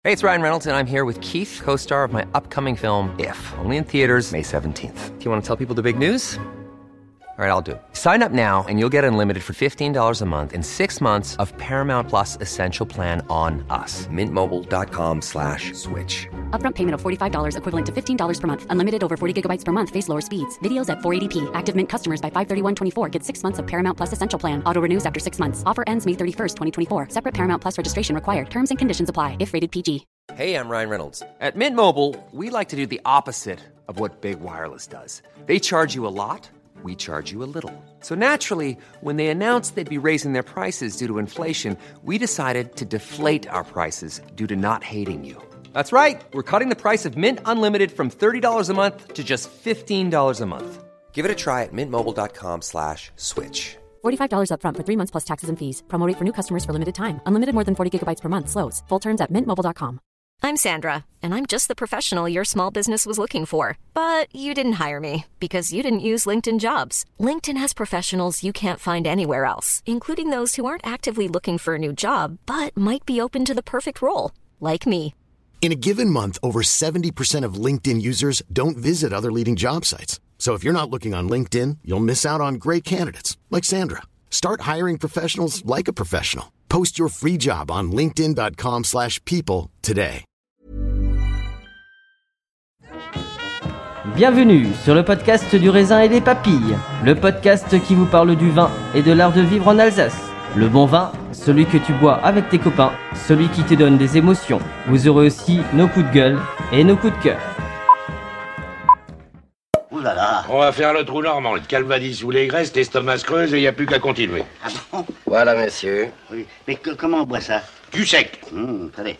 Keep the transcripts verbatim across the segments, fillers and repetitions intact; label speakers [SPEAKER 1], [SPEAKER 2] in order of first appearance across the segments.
[SPEAKER 1] Hey, it's Ryan Reynolds, and I'm here with Keith, co-star of my upcoming film, If, only in theaters May seventeenth. Do you want to tell people the big news? All right, I'll do it. Sign up now and you'll get unlimited for fifteen dollars a month and six months of Paramount Plus Essential Plan on us. Mint Mobile dot com slash switch.
[SPEAKER 2] Upfront payment of forty-five dollars equivalent to fifteen dollars per month. Unlimited over forty gigabytes per month. Face lower speeds. Videos at four eighty p. Active Mint customers by five thirty-one twenty-four get six months of Paramount Plus Essential Plan. Auto renews after six months. Offer ends May thirty-first, twenty twenty-four. Separate Paramount Plus registration required. Terms and conditions apply if rated P G.
[SPEAKER 1] Hey, I'm Ryan Reynolds. At Mint Mobile, we like to do the opposite of what Big Wireless does. They charge you a lot. We charge you a little. So naturally, when they announced they'd be raising their prices due to inflation, we decided to deflate our prices due to not hating you. That's right. We're cutting the price of Mint Unlimited from thirty dollars a month to just fifteen dollars a month. Give it a try at mintmobile.com slash switch.
[SPEAKER 2] forty-five dollars upfront for three months plus taxes and fees. Promo rate for new customers for limited time. Unlimited more than forty gigabytes per month. Slows full terms at mint mobile dot com.
[SPEAKER 3] I'm Sandra, and I'm just the professional your small business was looking for. But you didn't hire me because you didn't use LinkedIn Jobs. LinkedIn has professionals you can't find anywhere else, including those who aren't actively looking for a new job, but might be open to the perfect role, like me.
[SPEAKER 4] In a given month, over seventy percent of LinkedIn users don't visit other leading job sites. So if you're not looking on LinkedIn, you'll miss out on great candidates, like Sandra. Start hiring professionals like a professional. Post your free job on linkedin.com slash people today.
[SPEAKER 5] Bienvenue sur le podcast du raisin et des papilles, le podcast qui vous parle du vin et de l'art de vivre en Alsace. Le bon vin, celui que tu bois avec tes copains, celui qui te donne des émotions. Vous aurez aussi nos coups de gueule et nos coups de cœur.
[SPEAKER 6] Ouh là là.
[SPEAKER 7] On va faire le trou normand, le calvadis sous les graisses, l'estomac se creuse et il n'y a plus qu'à continuer.
[SPEAKER 6] Ah bon?
[SPEAKER 7] Voilà, monsieur.
[SPEAKER 6] Oui. Mais que, comment on boit ça?
[SPEAKER 7] Du sec.
[SPEAKER 6] Hum, allez.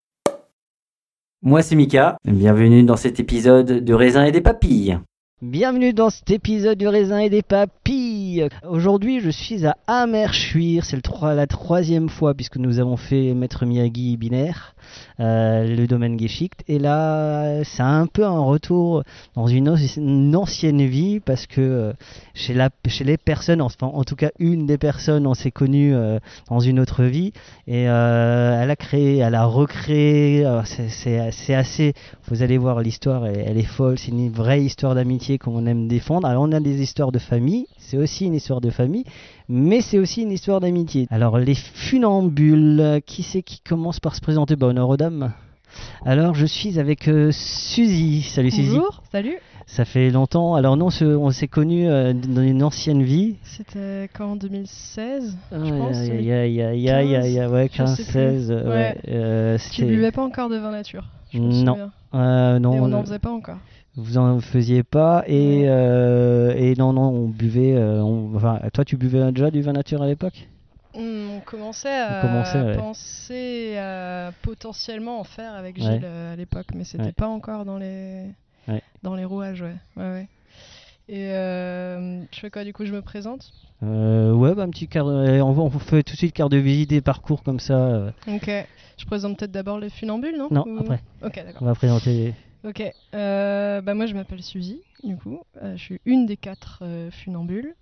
[SPEAKER 5] Moi c'est Mika, bienvenue dans cet épisode de Raisin et des Papilles. Bienvenue dans cet épisode du Raisin et des Papilles. Aujourd'hui je suis à Amerschwir, c'est le trois, la troisième fois puisque nous avons fait Maître Miyagi binaire, euh, le domaine Geschichte. Et là c'est un peu un retour dans une, une ancienne vie parce que euh, chez, la, chez les personnes, enfin en tout cas une des personnes on s'est connu euh, dans une autre vie. Et euh, elle a créé, elle a recréé, euh, c'est, c'est, c'est assez, vous allez voir l'histoire, elle, elle est folle, c'est une vraie histoire d'amitié qu'on aime défendre. Alors on a des histoires de famille, c'est aussi une histoire de famille, mais c'est aussi une histoire d'amitié. Alors les funambules, qui c'est qui commence par se présenter? Bah honneur aux dames. Alors je suis avec euh, Suzy. Salut Suzy.
[SPEAKER 8] Bonjour, salut.
[SPEAKER 5] Ça fait longtemps. Alors nous on, se, on s'est connus euh, dans une ancienne vie.
[SPEAKER 8] C'était quand, en deux mille seize,
[SPEAKER 5] ah,
[SPEAKER 8] je pense.
[SPEAKER 5] Il y a, il y a, il y a, il y a, il y a, ouais, quinze seize.
[SPEAKER 8] Ouais.
[SPEAKER 5] Ouais, euh,
[SPEAKER 8] tu buvais pas encore de vin nature, je me
[SPEAKER 5] Non.
[SPEAKER 8] souviens.
[SPEAKER 5] Euh, non.
[SPEAKER 8] Et on
[SPEAKER 5] on
[SPEAKER 8] n'en faisait pas encore.
[SPEAKER 5] Vous en faisiez pas et,
[SPEAKER 8] Ouais.
[SPEAKER 5] euh, et non, non, on buvait. Euh, on, enfin, toi, tu buvais déjà du vin nature à l'époque?
[SPEAKER 8] Mmh, on commençait à
[SPEAKER 5] On commençait, ouais.
[SPEAKER 8] penser à potentiellement en faire avec Gilles
[SPEAKER 5] Ouais.
[SPEAKER 8] euh, à l'époque, mais c'était
[SPEAKER 5] Ouais.
[SPEAKER 8] pas encore dans les,
[SPEAKER 5] Ouais.
[SPEAKER 8] dans les rouages, ouais. ouais, ouais. Et euh, je fais quoi du coup? Je me présente?
[SPEAKER 5] euh, Ouais, bah, un petit quart. De, on, on fait tout de suite carte de visite et parcours comme ça. Euh.
[SPEAKER 8] Ok. Je présente peut-être d'abord les funambules, non?
[SPEAKER 5] Non,
[SPEAKER 8] Ou...
[SPEAKER 5] après.
[SPEAKER 8] Ok, d'accord.
[SPEAKER 5] On va présenter.
[SPEAKER 8] Ok, euh, bah moi je m'appelle Suzy, du coup, euh, je suis une des quatre euh, funambules.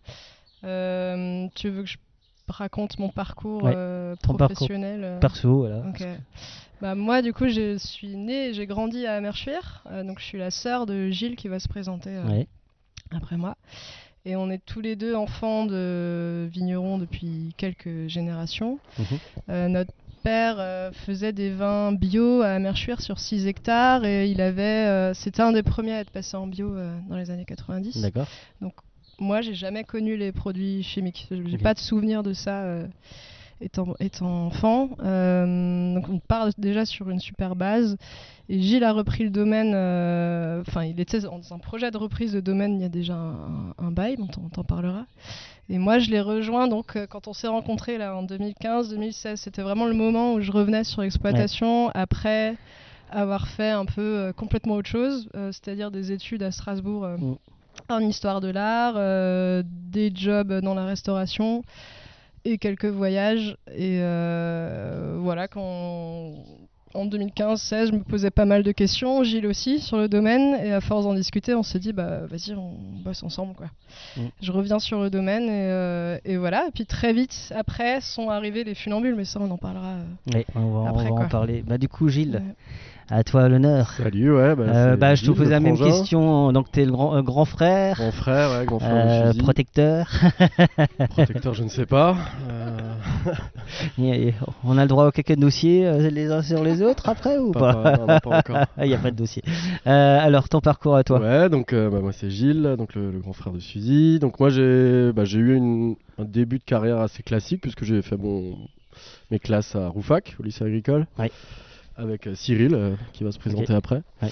[SPEAKER 8] Euh, tu veux que je raconte mon parcours
[SPEAKER 5] Ouais,
[SPEAKER 8] euh,
[SPEAKER 5] ton
[SPEAKER 8] professionnel euh...
[SPEAKER 5] Perso, voilà.
[SPEAKER 8] Ok. Bah moi du coup je suis née et j'ai grandi à Amerschwir, euh, donc je suis la sœur de Gilles qui va se présenter euh,
[SPEAKER 5] Ouais.
[SPEAKER 8] après moi. Et on est tous les deux enfants de vignerons depuis quelques générations.
[SPEAKER 5] Mhm.
[SPEAKER 8] Euh, notre père euh, faisait des vins bio à Amerschwir sur six hectares et il avait, euh, c'était un des premiers à être passé en bio euh, dans les années quatre-vingt-dix.
[SPEAKER 5] D'accord.
[SPEAKER 8] Donc moi j'ai jamais connu les produits chimiques, j'ai
[SPEAKER 5] Ok.
[SPEAKER 8] pas de souvenir de ça euh, étant, étant enfant. Euh, donc on part déjà sur une super base. Et Gilles a repris le domaine, enfin euh, il était dans un projet de reprise de domaine il y a déjà un, un bail, on t'en, on t'en parlera. Et moi je l'ai rejoint donc euh, quand on s'est rencontrés là en deux mille quinze deux mille seize, c'était vraiment le moment où je revenais sur l'exploitation, ouais. Après avoir fait un peu euh, complètement autre chose, euh, c'est-à-dire des études à Strasbourg euh, mm. en histoire de l'art, euh, des jobs dans la restauration et quelques voyages. Et euh, voilà, quand en deux mille quinze seize, je me posais pas mal de questions, Gilles aussi, sur le domaine, et à force d'en discuter, on s'est dit, bah vas-y, on bosse ensemble, quoi. Mmh. Je reviens sur le domaine, et, euh, et voilà. Et puis très vite, après, sont arrivés les funambules, mais ça, on en parlera euh,
[SPEAKER 5] oui, on va,
[SPEAKER 8] après,
[SPEAKER 5] on va
[SPEAKER 8] quoi.
[SPEAKER 5] en parler. Bah, du coup, Gilles, ouais. À toi l'honneur.
[SPEAKER 9] Salut, ouais. Bah,
[SPEAKER 5] euh, bah, je te pose la même question. Donc, tu es le grand, euh, grand frère.
[SPEAKER 9] Grand frère, ouais, grand frère
[SPEAKER 5] euh,
[SPEAKER 9] de fusil.
[SPEAKER 5] Protecteur.
[SPEAKER 9] Protecteur, je ne sais pas. Euh...
[SPEAKER 5] Et on a le droit au caca de dossier euh, les uns sur les autres après ou pas,
[SPEAKER 9] pas, pas, non, pas encore.
[SPEAKER 5] Il n'y a pas de dossier. Euh, alors, ton parcours à toi.
[SPEAKER 9] Ouais, donc euh, bah, moi c'est Gilles, donc le, le grand frère de Suzy. Donc moi j'ai, bah, j'ai eu une, un début de carrière assez classique puisque j'ai fait mon, mes classes à Roufac, au lycée agricole.
[SPEAKER 5] Ouais.
[SPEAKER 9] Avec euh, Cyril euh, qui va se présenter okay. après.
[SPEAKER 5] Ouais.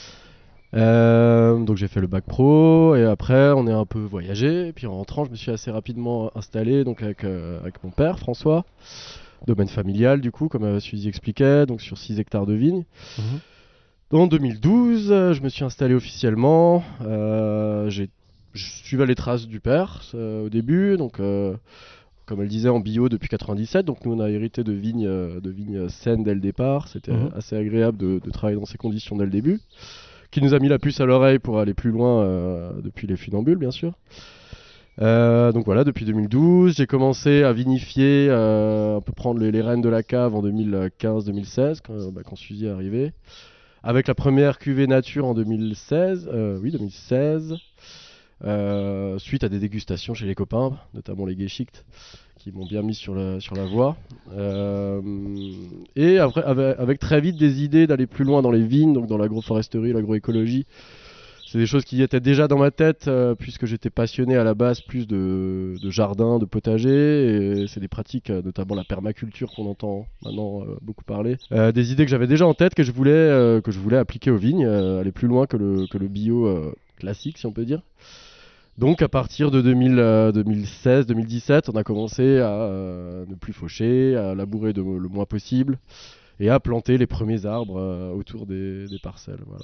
[SPEAKER 9] Euh, donc j'ai fait le bac pro et après on est un peu voyagé. Et puis en rentrant, je me suis assez rapidement installé donc avec, euh, avec mon père François. Domaine familial du coup, comme euh, Suzy expliquait, donc sur six hectares de vignes. Mmh. En deux mille douze, je me suis installé officiellement. Euh, j'ai, je suivais les traces du père euh, au début, donc. Euh, Comme elle disait, en bio depuis quatre-vingt-dix-sept, donc nous on a hérité de vignes, de vignes saines dès le départ. C'était mmh. assez agréable de, de travailler dans ces conditions dès le début, qui nous a mis la puce à l'oreille pour aller plus loin euh, depuis les funambules, bien sûr. Euh, donc voilà, depuis deux mille douze, j'ai commencé à vinifier, euh, un peu prendre les, les rênes de la cave en deux mille quinze deux mille seize, quand, bah, quand Suzy est arrivé, avec la première cuvée nature en deux mille seize, euh, oui deux mille seize. Euh, suite à des dégustations chez les copains, notamment les Geschicht, qui m'ont bien mis sur la, sur la voie. Euh, et après, avec, avec très vite des idées d'aller plus loin dans les vignes, donc dans l'agroforesterie, l'agroécologie. C'est des choses qui étaient déjà dans ma tête, euh, puisque j'étais passionné à la base plus de, de jardin, de potager. Et c'est des pratiques, euh, notamment la permaculture qu'on entend maintenant euh, beaucoup parler. Euh, des idées que j'avais déjà en tête, que je voulais, euh, que je voulais appliquer aux vignes, euh, aller plus loin que le, que le bio euh, classique, si on peut dire. Donc à partir de deux mille, euh, deux mille seize deux mille dix-sept, on a commencé à euh, ne plus faucher, à labourer de, le moins possible et à planter les premiers arbres euh, autour des, des parcelles. Voilà.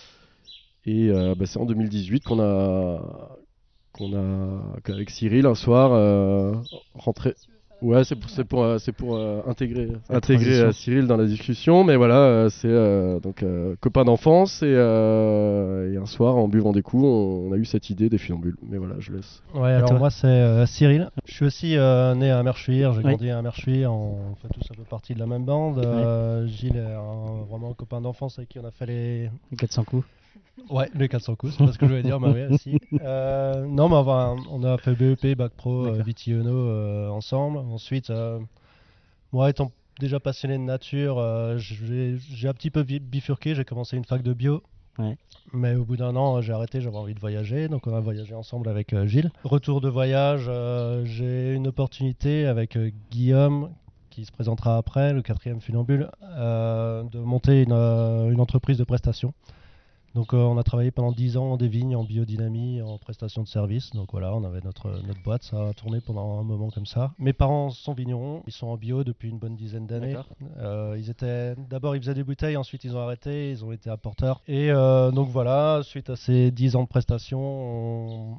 [SPEAKER 9] Et euh, bah, c'est en deux mille dix-huit qu'on a, qu'on a qu'avec Cyril un soir euh, rentré. Ouais, c'est pour, c'est pour, euh, c'est pour euh, intégrer, intégrer euh, Cyril dans la discussion, mais voilà, euh, c'est euh, donc euh, copain d'enfance et, euh, et un soir en buvant des coups, on, on a eu cette idée des funambules. Mais voilà, je laisse.
[SPEAKER 10] Ouais, alors moi c'est euh, Cyril. Je suis aussi euh, né à Merchuir, j'ai oui. grandi à Merchuir, on fait tous un peu partie de la même bande. Euh, oui. Gilles est un, vraiment un copain d'enfance avec qui on a fait les,
[SPEAKER 5] les quatre cents coups.
[SPEAKER 10] Ouais, les quatre cents coups, c'est pas ce que je voulais dire, mais oui, aussi. Euh, non, mais enfin, on a fait B E P, Bac Pro, euh, Vitiono euh, ensemble. Ensuite, euh, moi étant déjà passionné de nature, euh, j'ai, j'ai un petit peu bifurqué, j'ai commencé une fac de bio.
[SPEAKER 5] Ouais.
[SPEAKER 10] Mais au bout d'un an, j'ai arrêté, j'avais envie de voyager, donc on a voyagé ensemble avec euh, Gilles. Retour de voyage, euh, j'ai une opportunité avec euh, Guillaume, qui se présentera après, le quatrième funambule, euh, de monter une, euh, une entreprise de prestation. Donc euh, on a travaillé pendant dix ans des vignes en biodynamie, en prestation de services. Donc voilà, on avait notre, notre boîte, ça a tourné pendant un moment comme ça. Mes parents sont vignerons, ils sont en bio depuis une bonne dizaine d'années. Euh, ils étaient, d'abord ils faisaient des bouteilles, ensuite ils ont arrêté, ils ont été apporteurs. Et euh, donc voilà, suite à ces dix ans de prestation, on...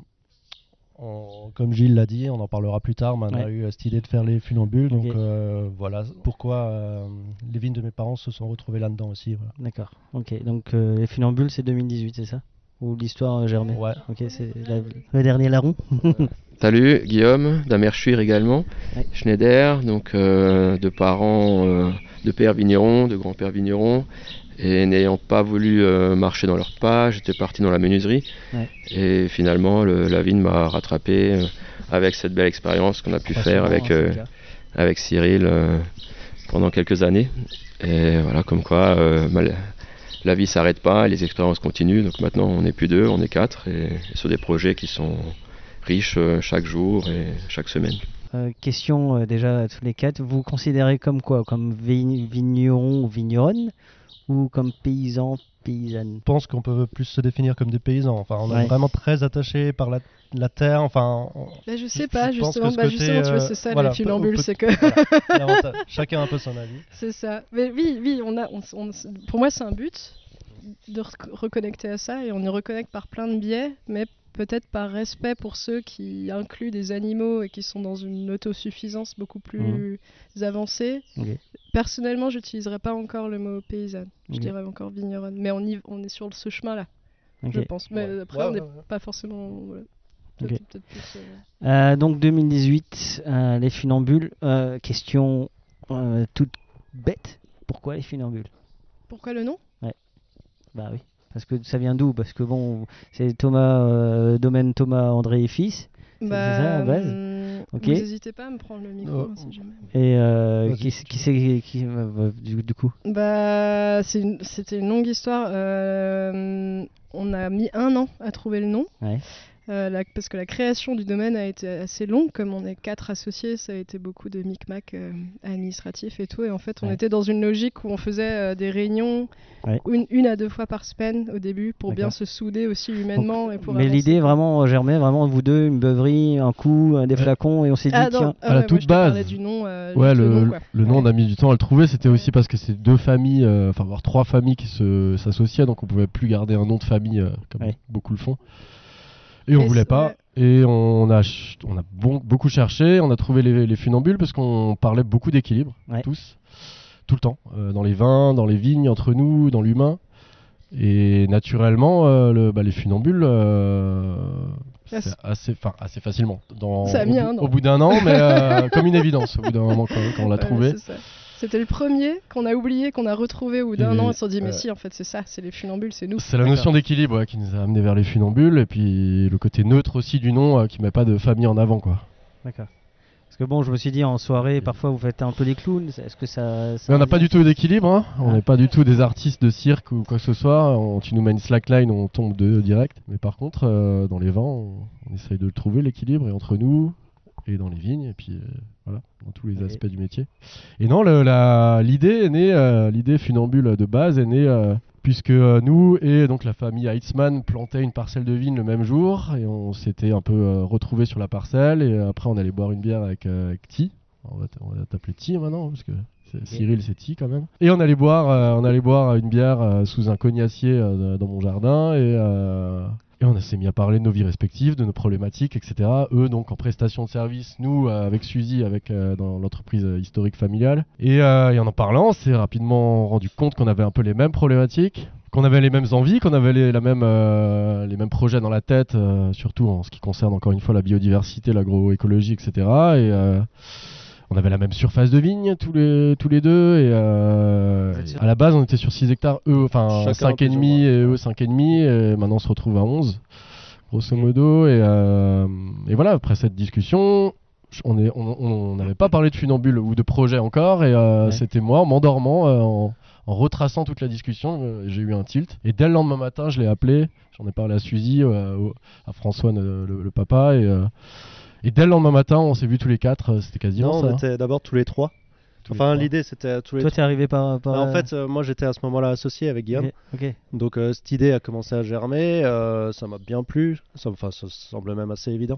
[SPEAKER 10] On, comme Gilles l'a dit, on en parlera plus tard, mais on ouais. a eu euh, cette idée de faire les funambules, donc okay. euh, voilà pourquoi euh, les vignes de mes parents se sont retrouvées là-dedans aussi. Voilà.
[SPEAKER 5] D'accord, ok, donc euh, les funambules c'est deux mille dix-huit, c'est ça? Ou l'histoire euh, germée?
[SPEAKER 10] Ouais.
[SPEAKER 5] Ok, c'est la, le dernier larron.
[SPEAKER 11] Salut, Guillaume, d'Amerchuir également, ouais. Schneider, donc euh, de parents, euh, de pères vignerons, de grands-pères vignerons. Et n'ayant pas voulu euh, marcher dans leurs pas, j'étais parti dans la menuiserie. Ouais. Et finalement, le, la vigne m'a rattrapé euh, avec cette belle expérience qu'on a pu faire avec, euh, avec Cyril euh, pendant quelques années. Et voilà, comme quoi euh, mal, la vie ne s'arrête pas, les expériences continuent. Donc maintenant, on n'est plus deux, on est quatre. Et, et sur des projets qui sont riches euh, chaque jour et chaque semaine.
[SPEAKER 5] Euh, question euh, déjà à tous les quatre. Vous vous considérez comme quoi? Comme vign- vigneron ou vigneronne? Ou comme paysan, paysanne?
[SPEAKER 10] Je pense qu'on peut plus se définir comme des paysans. Enfin, on ouais. est vraiment très attachés par la, la terre. Enfin, on...
[SPEAKER 8] Là, je sais pas, je justement, bah, côté, justement tu vois, c'est ça, voilà, les funambules, c'est que...
[SPEAKER 10] Voilà, chacun a un peu son avis.
[SPEAKER 8] C'est ça. Mais oui, oui, on a, on, on, pour moi, c'est un but de rec- reconnecter à ça, et on y reconnecte par plein de biais, mais peut-être par respect pour ceux qui incluent des animaux et qui sont dans une autosuffisance beaucoup plus mmh. avancée. Okay. Personnellement, j'utiliserais pas encore le mot paysanne. Je okay. dirais encore vigneronne. Mais on, y, on est sur ce chemin-là, okay. je pense. Mais ouais. après, ouais, on n'est ouais, ouais. pas forcément... Voilà.
[SPEAKER 5] Okay. Peut-être, peut-être plus, euh... Euh, donc deux mille dix-huit, euh, les funambules. Euh, question euh, toute bête. Pourquoi les funambules?
[SPEAKER 8] Pourquoi le nom?
[SPEAKER 5] Ouais. Bah oui. Parce que ça vient d'où? Parce que bon, c'est Thomas, euh, domaine Thomas André et fils.
[SPEAKER 8] Bah,
[SPEAKER 5] c'est ça à la base.
[SPEAKER 8] Hum, okay. Vous n'hésitez pas à me prendre le micro oh. hein, si jamais.
[SPEAKER 5] Et euh, qui, qui c'est qui euh, du, du coup?
[SPEAKER 8] Bah, c'est une, c'était une longue histoire. Euh, on a mis un an à trouver le nom.
[SPEAKER 5] Ouais.
[SPEAKER 8] Euh, la, parce que la création du domaine a été assez longue, comme on est quatre associés, ça a été beaucoup de micmac euh, administratifs et tout, et en fait on ouais. était dans une logique où on faisait euh, des réunions ouais. une, une à deux fois par semaine au début pour D'accord. bien se souder aussi humainement.
[SPEAKER 5] Donc,
[SPEAKER 8] et pour
[SPEAKER 5] mais
[SPEAKER 8] avancer.
[SPEAKER 5] L'idée vraiment germait, vraiment vous deux, une beuverie, un coup, des ouais. flacons, et on s'est dit
[SPEAKER 8] ah,
[SPEAKER 5] tiens,
[SPEAKER 8] non, ah,
[SPEAKER 9] à la
[SPEAKER 8] ouais,
[SPEAKER 9] toute
[SPEAKER 8] moi,
[SPEAKER 9] base,
[SPEAKER 8] du nom, euh,
[SPEAKER 9] ouais, le,
[SPEAKER 8] le nom,
[SPEAKER 9] le nom
[SPEAKER 8] ouais.
[SPEAKER 9] on a mis du temps à le trouver, c'était ouais. aussi parce que c'est deux familles, enfin euh, voire trois familles qui se, s'associaient, donc on pouvait plus garder un nom de famille euh, comme ouais. beaucoup le font. Et on et voulait pas, ouais. et on a, ch- on a bon, beaucoup cherché, on a trouvé les, les funambules parce qu'on parlait beaucoup d'équilibre, ouais. tous, tout le temps, euh, dans les vins, dans les vignes, entre nous, dans l'humain. Et naturellement, euh, le, bah, les funambules, euh, c'est yes. assez, assez facilement, dans,
[SPEAKER 8] ça a mis un an.
[SPEAKER 9] Au bout d'un an, mais euh, comme une évidence, au bout d'un moment quand, quand on l'a
[SPEAKER 8] ouais,
[SPEAKER 9] trouvé.
[SPEAKER 8] C'est ça. C'était le premier qu'on a oublié, qu'on a retrouvé au bout d'un et an, et on s'est dit mais euh, si en fait c'est ça, c'est les funambules, c'est nous.
[SPEAKER 9] C'est la notion d'équilibre ouais, qui nous a amené vers les funambules, et puis le côté neutre aussi du nom euh, qui met pas de famille en avant quoi.
[SPEAKER 5] D'accord. Parce que bon, je me suis dit en soirée, parfois vous faites un peu des clowns, est-ce que ça... ça
[SPEAKER 9] mais on n'a pas du tout d'équilibre, hein. On n'est ah. pas du tout des artistes de cirque ou quoi que ce soit, on, tu nous mets une slackline, on tombe de direct, mais par contre euh, dans les vents, on, on essaye de le trouver l'équilibre, et entre nous... et dans les vignes, et puis euh, voilà, dans tous les aspects du métier. Et non, le, la, l'idée est née, euh, l'idée funambule de base est née euh, puisque euh, nous et donc la famille Heitzmann plantaient une parcelle de vigne le même jour, et on s'était un peu euh, retrouvés sur la parcelle, et euh, après on allait boire une bière avec, euh, avec Ti, on va, t- on va t'appeler Ti maintenant, parce que c'est, okay. Cyril c'est Ti quand même. Et on allait boire, euh, on allait boire une bière euh, sous un cognacier euh, dans mon jardin, et... Euh, Et on s'est mis à parler de nos vies respectives, de nos problématiques, et cetera. Eux, donc, en prestation de service, nous, euh, avec Suzy, avec, euh, dans l'entreprise euh, historique familiale. Et, euh, et en en parlant, on s'est rapidement rendu compte qu'on avait un peu les mêmes problématiques, qu'on avait les mêmes envies, qu'on avait les, la même, euh, les mêmes projets dans la tête, euh, surtout en ce qui concerne, encore une fois, la biodiversité, l'agroécologie, et cetera. Et... Euh, on avait la même surface de vigne tous les, tous les deux, et, euh, et à la base on était sur six hectares, eux enfin cinq et demi et eux cinq et demi, et maintenant on se retrouve à onze grosso modo, et, euh, et voilà, après cette discussion on n'avait on, on pas parlé de funambule ou de projet encore, et euh, ouais. c'était moi en m'endormant, euh, en, en retraçant toute la discussion, euh, j'ai eu un tilt, et dès le lendemain matin je l'ai appelé, j'en ai parlé à Suzy, euh, à François le, le, le papa, et euh, Et dès le lendemain matin, on s'est vus tous les quatre, c'était quasiment
[SPEAKER 10] non,
[SPEAKER 9] ça.
[SPEAKER 10] Non, on était d'abord tous les trois. Tous enfin, les trois. L'idée, c'était tous les
[SPEAKER 5] Toi,
[SPEAKER 10] trois.
[SPEAKER 5] t'es arrivé par... par
[SPEAKER 10] bah, en fait, euh, moi, j'étais à ce moment-là associé avec Guillaume.
[SPEAKER 5] Okay. Okay.
[SPEAKER 10] Donc, euh, cette idée a commencé à germer. Euh, ça m'a bien plu. Ça, enfin, ça semblait même assez évident.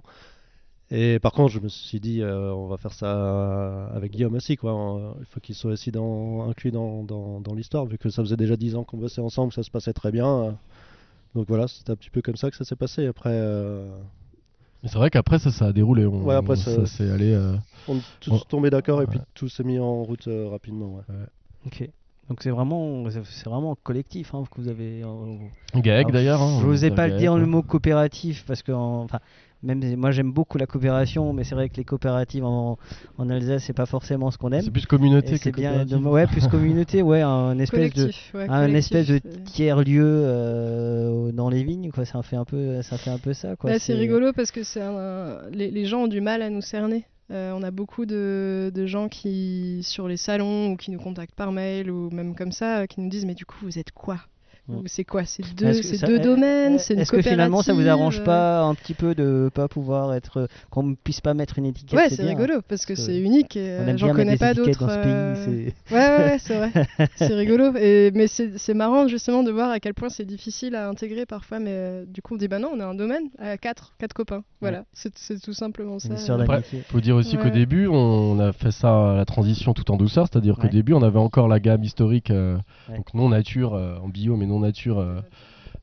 [SPEAKER 10] Et par contre, je me suis dit, euh, on va faire ça avec Guillaume aussi, quoi. On, il faut qu'il soit aussi dans, inclus dans, dans, dans l'histoire, vu que ça faisait déjà dix ans qu'on bossait ensemble, que ça se passait très bien. Donc voilà, c'était un petit peu comme ça que ça s'est passé. Après... Euh...
[SPEAKER 9] Mais c'est vrai qu'après ça, ça a déroulé. On,
[SPEAKER 10] ouais, après
[SPEAKER 9] ça,
[SPEAKER 10] ça
[SPEAKER 9] s'est allé. Euh...
[SPEAKER 10] On est tous on... tombés d'accord, et ouais. puis tout s'est mis en route euh, rapidement. Ouais.
[SPEAKER 9] Ouais.
[SPEAKER 5] Ok. Donc c'est vraiment, c'est vraiment collectif hein, que vous avez.
[SPEAKER 9] Euh... G A E C d'ailleurs. Hein,
[SPEAKER 5] je n'osais pas
[SPEAKER 9] G A E C,
[SPEAKER 5] dire
[SPEAKER 9] ouais.
[SPEAKER 5] le mot coopératif parce que, enfin, même moi j'aime beaucoup la coopération, mais c'est vrai que les coopératives en, en Alsace c'est pas forcément ce qu'on aime.
[SPEAKER 9] C'est plus communauté
[SPEAKER 5] et
[SPEAKER 9] que
[SPEAKER 5] c'est bien,
[SPEAKER 9] coopérative.
[SPEAKER 5] De, ouais, plus communauté, ouais, un espèce
[SPEAKER 8] collectif,
[SPEAKER 5] de,
[SPEAKER 8] ouais,
[SPEAKER 5] un espèce de
[SPEAKER 8] euh...
[SPEAKER 5] tiers lieu euh, dans les vignes, quoi. Ça fait un peu, ça fait un peu ça, quoi.
[SPEAKER 8] Bah, c'est... c'est rigolo parce que c'est un, les, les gens ont du mal à nous cerner. Euh, on a beaucoup de, de gens qui, sur les salons, ou qui nous contactent par mail, ou même comme ça, qui nous disent mais du coup vous êtes quoi? Mmh. C'est quoi? C'est deux, c'est
[SPEAKER 5] ça,
[SPEAKER 8] deux
[SPEAKER 5] est,
[SPEAKER 8] domaines, c'est une
[SPEAKER 5] Est-ce que finalement ça vous arrange
[SPEAKER 8] euh...
[SPEAKER 5] pas un petit peu de pas pouvoir être, qu'on ne puisse pas mettre une étiquette?
[SPEAKER 8] Ouais,
[SPEAKER 5] c'est,
[SPEAKER 8] c'est
[SPEAKER 5] bien,
[SPEAKER 8] rigolo parce que, que c'est unique et euh, j'en connais pas d'autres.
[SPEAKER 5] Dans ce
[SPEAKER 8] euh...
[SPEAKER 5] pays, c'est...
[SPEAKER 8] Ouais, ouais, ouais, c'est vrai. C'est rigolo. Et, mais c'est, c'est marrant justement de voir à quel point c'est difficile à intégrer parfois. Mais euh, du coup, on dit bah non, on est un domaine à quatre, quatre copains. Voilà, ouais. c'est, c'est tout simplement ça.
[SPEAKER 9] Après, faut dire aussi ouais. qu'au début, on a fait ça, la transition tout en douceur, c'est-à-dire ouais. qu'au début, on avait encore la gamme historique, euh, ouais. donc non nature, euh, en bio, mais non nature. Euh,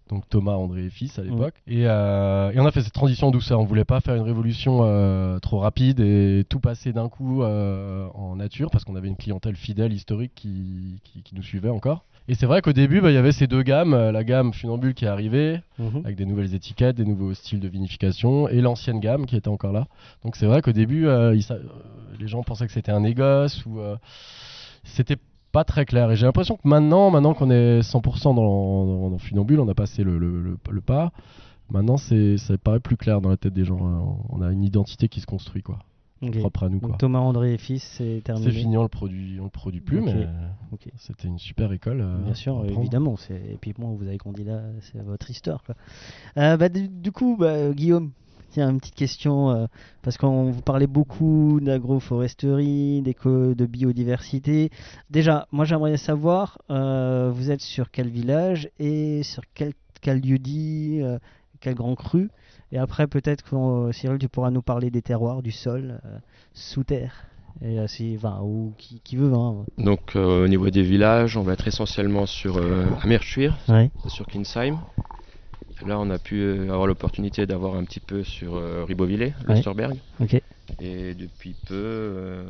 [SPEAKER 9] donc Thomas, André et fils à l'époque. Mmh. Et, euh, et on a fait cette transition en douceur. On voulait pas faire une révolution euh, trop rapide et tout passer d'un coup euh, en nature, parce qu'on avait une clientèle fidèle, historique qui, qui, qui nous suivait encore. Et c'est vrai qu'au début, bah, y avait ces deux gammes, la gamme Funambule qui est arrivée, mmh. avec des nouvelles étiquettes, des nouveaux styles de vinification, et l'ancienne gamme qui était encore là. Donc c'est vrai qu'au début, euh, il, les gens pensaient que c'était un négoce, ou euh, c'était pas très clair. Et j'ai l'impression que maintenant, maintenant qu'on est cent pour cent dans, dans, dans Funambule, on a passé le, le, le, le pas, maintenant c'est, ça paraît plus clair dans la tête des gens. On a une identité qui se construit, quoi. Okay. Propre à nous, quoi.
[SPEAKER 5] Donc Thomas, André et fils, c'est terminé.
[SPEAKER 9] C'est fini, on le produit, on le produit plus, okay. mais okay. c'était une super école. Euh,
[SPEAKER 5] Bien sûr, évidemment. C'est... Et puis moi, vous avez grandi là, c'est votre histoire, quoi. Euh, bah, du, du coup, bah, Guillaume, tiens, une petite question, euh, parce qu'on vous parlait beaucoup d'agroforesterie, d'éco, de biodiversité. Déjà, moi j'aimerais savoir, euh, vous êtes sur quel village et sur quel, quel lieu-dit, euh, quel grand cru. Et après, peut-être que euh, Cyril, tu pourras nous parler des terroirs, du sol, euh, sous terre, et, euh, si, enfin, ou qui, qui veut. Hein.
[SPEAKER 11] Donc, euh, au niveau des villages, on va être essentiellement sur euh, Amerschwir,
[SPEAKER 5] ouais.
[SPEAKER 11] sur Kinsheim. Là, on a pu euh, avoir l'opportunité d'avoir un petit peu sur euh, Ribovillé,
[SPEAKER 5] ouais.
[SPEAKER 11] Lesterberg.
[SPEAKER 5] Okay.
[SPEAKER 11] Et depuis peu, euh,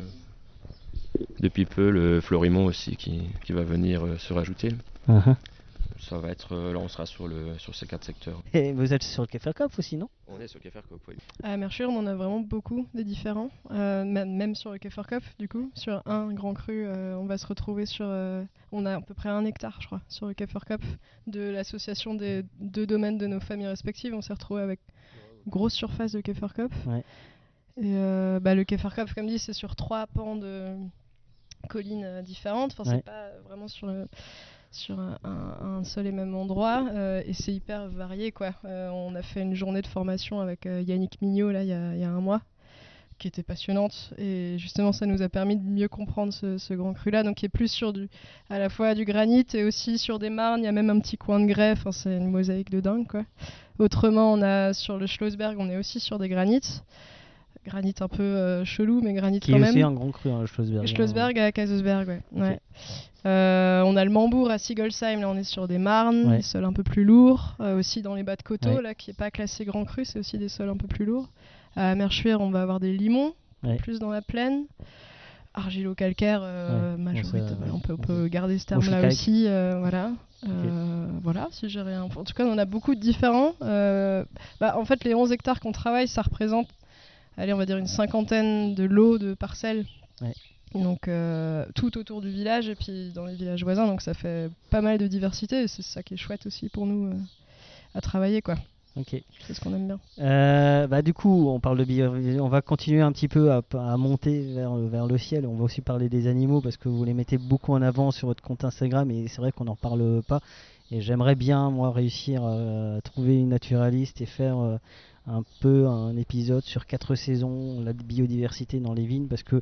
[SPEAKER 11] depuis peu, le Florimont aussi qui, qui va venir euh, se rajouter.
[SPEAKER 5] Uh-huh.
[SPEAKER 11] Ça va être, là on sera sur, le, sur ces quatre secteurs.
[SPEAKER 5] Et vous êtes sur le Käferkopf aussi, non ?
[SPEAKER 11] On est sur le Käferkopf, oui.
[SPEAKER 8] À Amerschwir, on en a vraiment beaucoup des différents, euh, même, même sur le Käferkopf, du coup. Sur un grand cru, euh, on va se retrouver sur... Euh, on a à peu près un hectare, je crois, sur le Käferkopf, de l'association des deux domaines de nos familles respectives. On s'est retrouvé avec une grosse surface de Käferkopf.
[SPEAKER 5] Ouais.
[SPEAKER 8] Et euh, bah, le Käferkopf, comme dit, c'est sur trois pans de collines euh, différentes. Enfin,
[SPEAKER 5] ouais.
[SPEAKER 8] c'est pas vraiment sur le... sur un, un, un seul et même endroit euh, et c'est hyper varié, quoi. Euh, on a fait une journée de formation avec euh, Yannick Mignot là il y, y a un mois qui était passionnante et justement ça nous a permis de mieux comprendre ce, ce grand cru là, donc qui est plus sur du, à la fois du granit et aussi sur des marnes. Il y a même un petit coin de grès, enfin, c'est une mosaïque de dingue, quoi. Autrement, on a sur le Schlossberg, on est aussi sur des granites. Granit un peu euh, chelou, mais granit
[SPEAKER 5] qui
[SPEAKER 8] quand même.
[SPEAKER 5] Qui est aussi un grand cru, hein, le Schlossberg.
[SPEAKER 8] Schlossberg
[SPEAKER 5] hein.
[SPEAKER 8] à Kaisersberg, ouais.
[SPEAKER 5] Okay.
[SPEAKER 8] ouais. Euh, on a le Mambourg à Sigolsheim, là on est sur des marnes,
[SPEAKER 5] ouais.
[SPEAKER 8] des sols un peu plus lourds. Euh, aussi dans les bas de coteaux,
[SPEAKER 5] ouais.
[SPEAKER 8] là qui n'est pas classé grand cru, c'est aussi des sols un peu plus lourds. À Amerschwir, on va avoir des limons,
[SPEAKER 5] ouais.
[SPEAKER 8] plus dans la plaine. Argilo-calcaire, euh, ouais. majorité.
[SPEAKER 5] Ça,
[SPEAKER 8] voilà, on peut, on peut garder ce terme-là aussi. Euh, voilà.
[SPEAKER 5] Okay.
[SPEAKER 8] Euh, voilà, si j'ai rien. En tout cas, on a beaucoup de différents. Euh, bah, en fait, les onze hectares qu'on travaille, ça représente, allez, on va dire une cinquantaine de lots de parcelles.
[SPEAKER 5] Ouais.
[SPEAKER 8] Donc euh, tout autour du village et puis dans les villages voisins, donc ça fait pas mal de diversité et c'est ça qui est chouette aussi pour nous euh, à travailler, quoi.
[SPEAKER 5] Ok.
[SPEAKER 8] C'est ce qu'on aime bien.
[SPEAKER 5] Euh, bah du coup, on parle de bio, on va continuer un petit peu à, à monter vers, vers le ciel. On va aussi parler des animaux parce que vous les mettez beaucoup en avant sur votre compte Instagram et c'est vrai qu'on n'en parle pas. Et j'aimerais bien moi réussir à trouver une naturaliste et faire euh, un peu un épisode sur quatre saisons, la biodiversité dans les vignes, parce que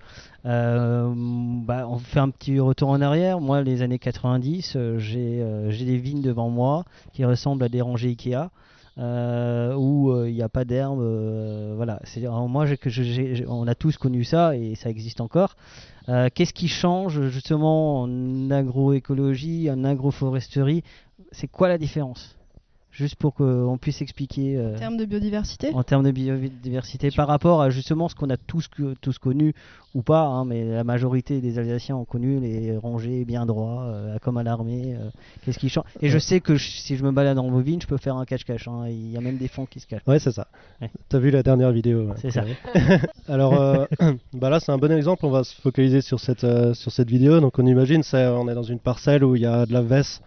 [SPEAKER 5] euh, bah, on fait un petit retour en arrière. Moi, les années quatre-vingt-dix, euh, j'ai, euh, j'ai des vignes devant moi qui ressemblent à des rangées Ikea. Euh, où il euh, n'y a pas d'herbe, euh, voilà. C'est, alors moi, j'ai, j'ai, j'ai, on a tous connu ça et ça existe encore. Euh, qu'est-ce qui change justement en agroécologie, en agroforesterie ? C'est quoi la différence ? Juste pour qu'on puisse expliquer euh,
[SPEAKER 8] en termes de biodiversité
[SPEAKER 5] en termes de biodiversité par rapport à justement ce qu'on a tous, tous connu ou pas, hein, mais la majorité des Alsaciens ont connu les rangées bien droits, euh, comme à l'armée. Euh, qu'est-ce qui change ? Et je sais que je, si je me balade dans vos vignes, je peux faire un cache-cache. Hein, il y a même des fonds qui se cachent.
[SPEAKER 10] Ouais, c'est ça.
[SPEAKER 5] Ouais.
[SPEAKER 10] T'as vu la dernière vidéo. Ouais.
[SPEAKER 5] C'est ça.
[SPEAKER 10] Alors euh, bah là, c'est un bon exemple. On va se focaliser sur cette, euh, sur cette vidéo. Donc on imagine, c'est, on est dans une parcelle où il y a de la vesse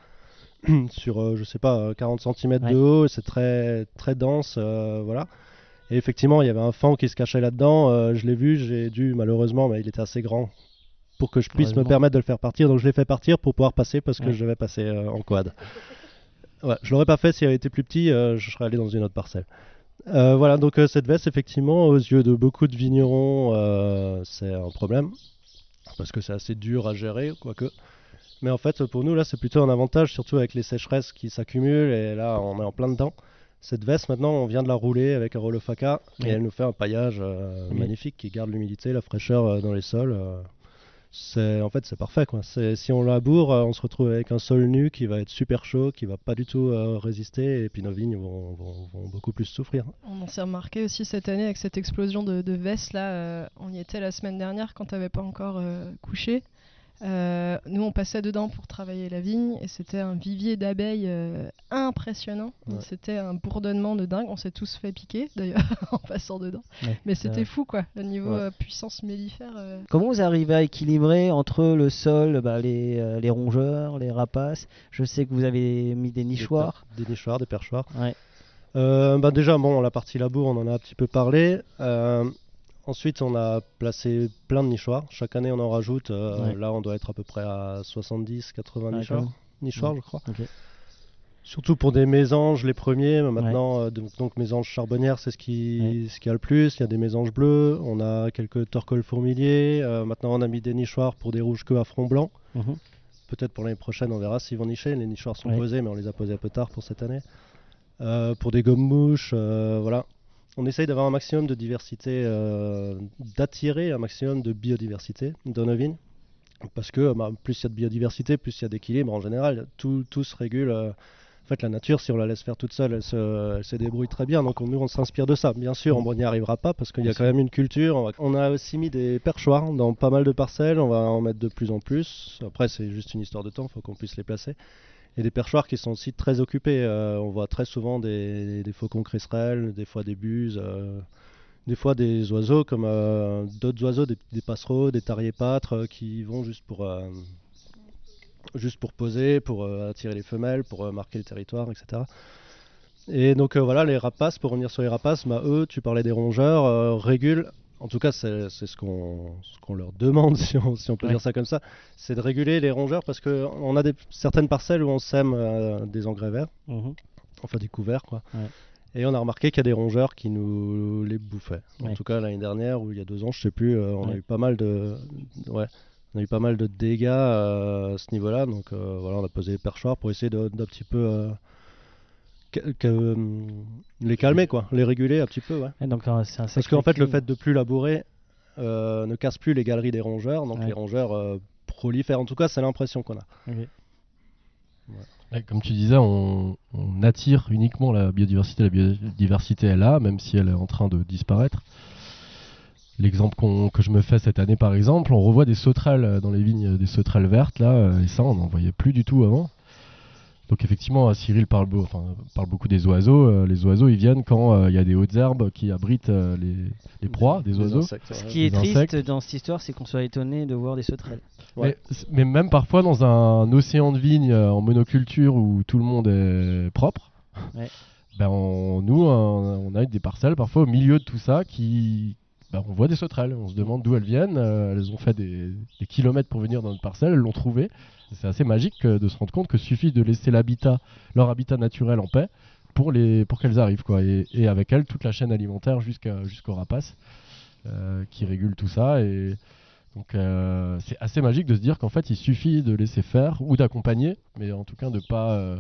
[SPEAKER 10] sur, euh, je sais pas, quarante centimètres ouais. de haut, c'est très, très dense, euh, voilà. Et effectivement, il y avait un fan qui se cachait là-dedans, euh, je l'ai vu, j'ai dû, malheureusement, mais il était assez grand pour que je puisse me permettre de le faire partir, donc je l'ai fait partir pour pouvoir passer parce que ouais. je vais passer euh, en quad. Ouais, je l'aurais pas fait s'il avait été plus petit, euh, je serais allé dans une autre parcelle. Euh, voilà, donc euh, cette veste, effectivement, aux yeux de beaucoup de vignerons, euh, c'est un problème, parce que c'est assez dur à gérer, quoique. Mais en fait, pour nous, là, c'est plutôt un avantage, surtout avec les sécheresses qui s'accumulent. Et là, on est en plein dedans. Cette veste, maintenant, on vient de la rouler avec un Rolofaka. Oui. Et elle nous fait un paillage euh, oui. magnifique qui garde l'humidité, la fraîcheur euh, dans les sols. Euh, c'est, en fait, c'est parfait, quoi. C'est, si on laboure, euh, on se retrouve avec un sol nu qui va être super chaud, qui va pas du tout euh, résister, et puis nos vignes vont, vont, vont beaucoup plus souffrir.
[SPEAKER 8] On s'est remarqué aussi cette année avec cette explosion de, de vesses là. Euh, on y était la semaine dernière quand t'avais pas encore euh, couché. Euh, nous on passait dedans pour travailler la vigne et c'était un vivier d'abeilles euh, impressionnant.
[SPEAKER 10] Ouais.
[SPEAKER 8] C'était un bourdonnement de dingue. On s'est tous fait piquer d'ailleurs en passant dedans.
[SPEAKER 5] Ouais.
[SPEAKER 8] Mais c'était
[SPEAKER 5] Ouais.
[SPEAKER 8] fou quoi, le niveau
[SPEAKER 10] Ouais.
[SPEAKER 8] euh, puissance mellifère. Euh...
[SPEAKER 5] Comment vous arrivez à équilibrer entre le sol, bah, les, euh, les rongeurs, les rapaces? Je sais que vous avez mis des nichoirs.
[SPEAKER 10] Des, per- des nichoirs, des perchoirs.
[SPEAKER 5] Ouais.
[SPEAKER 10] Euh, bah déjà, bon, la partie labour, on en a un petit peu parlé. Euh, ensuite, on a placé plein de nichoirs. Chaque année, on en rajoute. Euh,
[SPEAKER 5] Ouais.
[SPEAKER 10] Là, on doit être à peu près à soixante-dix quatre-vingts
[SPEAKER 5] Ouais,
[SPEAKER 10] nichoirs,
[SPEAKER 5] quand même.
[SPEAKER 10] nichoirs
[SPEAKER 5] Ouais.
[SPEAKER 10] je crois.
[SPEAKER 5] Ok.
[SPEAKER 10] Surtout pour des mésanges, les premiers. Mais maintenant, euh, donc, donc mésanges charbonnières, c'est ce qui, ce qui a le plus. Il y a des mésanges bleus. On a quelques torcoles fourmiliers. Euh, maintenant, on a mis des nichoirs pour des rouges queues à front blanc.
[SPEAKER 5] Mhm.
[SPEAKER 10] Peut-être pour l'année prochaine, on verra s'ils vont nicher. Les nichoirs sont
[SPEAKER 5] Ouais.
[SPEAKER 10] posés, mais on les a posés un peu tard pour cette année. Euh, pour des gommes-mouches, euh, voilà. On essaye d'avoir un maximum de diversité, euh, d'attirer un maximum de biodiversité dans nos vignes. Parce que bah, plus il y a de biodiversité, plus il y a d'équilibre en général. Tout, tout se régule. euh. En fait, la nature, si on la laisse faire toute seule, elle se, elle se débrouille très bien. Donc on, nous, on s'inspire de ça. Bien sûr, on n'y arrivera pas parce qu'il y a quand même une culture. On, va- on a aussi mis des perchoirs dans pas mal de parcelles. On va en mettre de plus en plus. Après, c'est juste une histoire de temps. Il faut qu'on puisse les placer. Et des perchoirs qui sont aussi très occupés. Euh, on voit très souvent des, des faucons cresserelles, des fois des buses, euh, des fois des oiseaux comme euh, d'autres oiseaux, des, des passereaux, des tariers-pâtres euh, qui vont juste pour, euh, juste pour poser, pour euh, attirer les femelles, pour euh, marquer le territoire, et cetera. Et donc euh, voilà, les rapaces, pour revenir sur les rapaces, bah, eux, tu parlais des rongeurs, euh, régulent. En tout cas, c'est c'est ce qu'on ce qu'on leur demande, si on, si on peut
[SPEAKER 5] Ouais.
[SPEAKER 10] dire ça comme ça, c'est de réguler les rongeurs parce qu'on a des, certaines parcelles où on sème euh, des engrais verts,
[SPEAKER 5] Mhm.
[SPEAKER 10] enfin des couverts, quoi.
[SPEAKER 5] Ouais.
[SPEAKER 10] Et on a remarqué qu'il y a des rongeurs qui nous les bouffaient. En
[SPEAKER 5] Ouais.
[SPEAKER 10] tout cas, l'année dernière ou il y a deux ans, je sais plus, euh, on a
[SPEAKER 5] Ouais.
[SPEAKER 10] eu pas mal de, ouais, on a eu pas mal de dégâts euh, à ce niveau-là. Donc euh, voilà, on a posé les perchoirs pour essayer de- d'un petit peu euh, que- que, euh, les calmer, quoi, les réguler un petit peu, ouais.
[SPEAKER 5] Et donc, euh, c'est un
[SPEAKER 10] Parce
[SPEAKER 5] sacré
[SPEAKER 10] qu'en fait, le
[SPEAKER 5] équilibre.
[SPEAKER 10] fait de plus labourer euh, ne casse plus les galeries des rongeurs, donc
[SPEAKER 5] Ouais.
[SPEAKER 10] les rongeurs euh, prolifèrent. En tout cas, c'est l'impression qu'on a.
[SPEAKER 5] Ok.
[SPEAKER 9] Ouais, comme tu disais, on, on attire uniquement la biodiversité. La biodiversité est là, même si elle est en train de disparaître. L'exemple qu'on- que je me fais cette année, par exemple, on revoit des sauterelles dans les vignes, des sauterelles vertes, là, euh, et ça, on n'en voyait plus du tout avant. Donc effectivement, euh, Cyril parle, beau- enfin, parle beaucoup des oiseaux. Euh, les oiseaux, ils viennent quand euh, il y a des hautes herbes qui abritent euh, les, les proies des
[SPEAKER 10] Des
[SPEAKER 9] oiseaux.
[SPEAKER 10] insectes, ouais.
[SPEAKER 5] Ce qui est
[SPEAKER 9] Les
[SPEAKER 5] triste
[SPEAKER 9] insectes.
[SPEAKER 5] dans cette histoire, c'est qu'on soit étonné de voir des sauterelles.
[SPEAKER 10] Ouais.
[SPEAKER 9] Mais, mais même parfois dans un océan de vignes euh, en monoculture où tout le monde est propre,
[SPEAKER 5] Ouais.
[SPEAKER 9] ben on, nous on, on a des parcelles parfois au milieu de tout ça qui, ben on voit des sauterelles, on se demande d'où elles viennent, euh, elles ont fait des, des kilomètres pour venir dans notre parcelle, elles l'ont trouvé. C'est assez magique euh, de se rendre compte que suffit de laisser l'habitat, leur habitat naturel en paix pour, les, pour qu'elles arrivent, quoi. Et, et avec elles toute la chaîne alimentaire jusqu'à, jusqu'aux rapaces euh, qui régulent tout ça. Et donc euh, c'est assez magique de se dire qu'en fait il suffit de laisser faire ou d'accompagner, mais en tout cas de pas euh,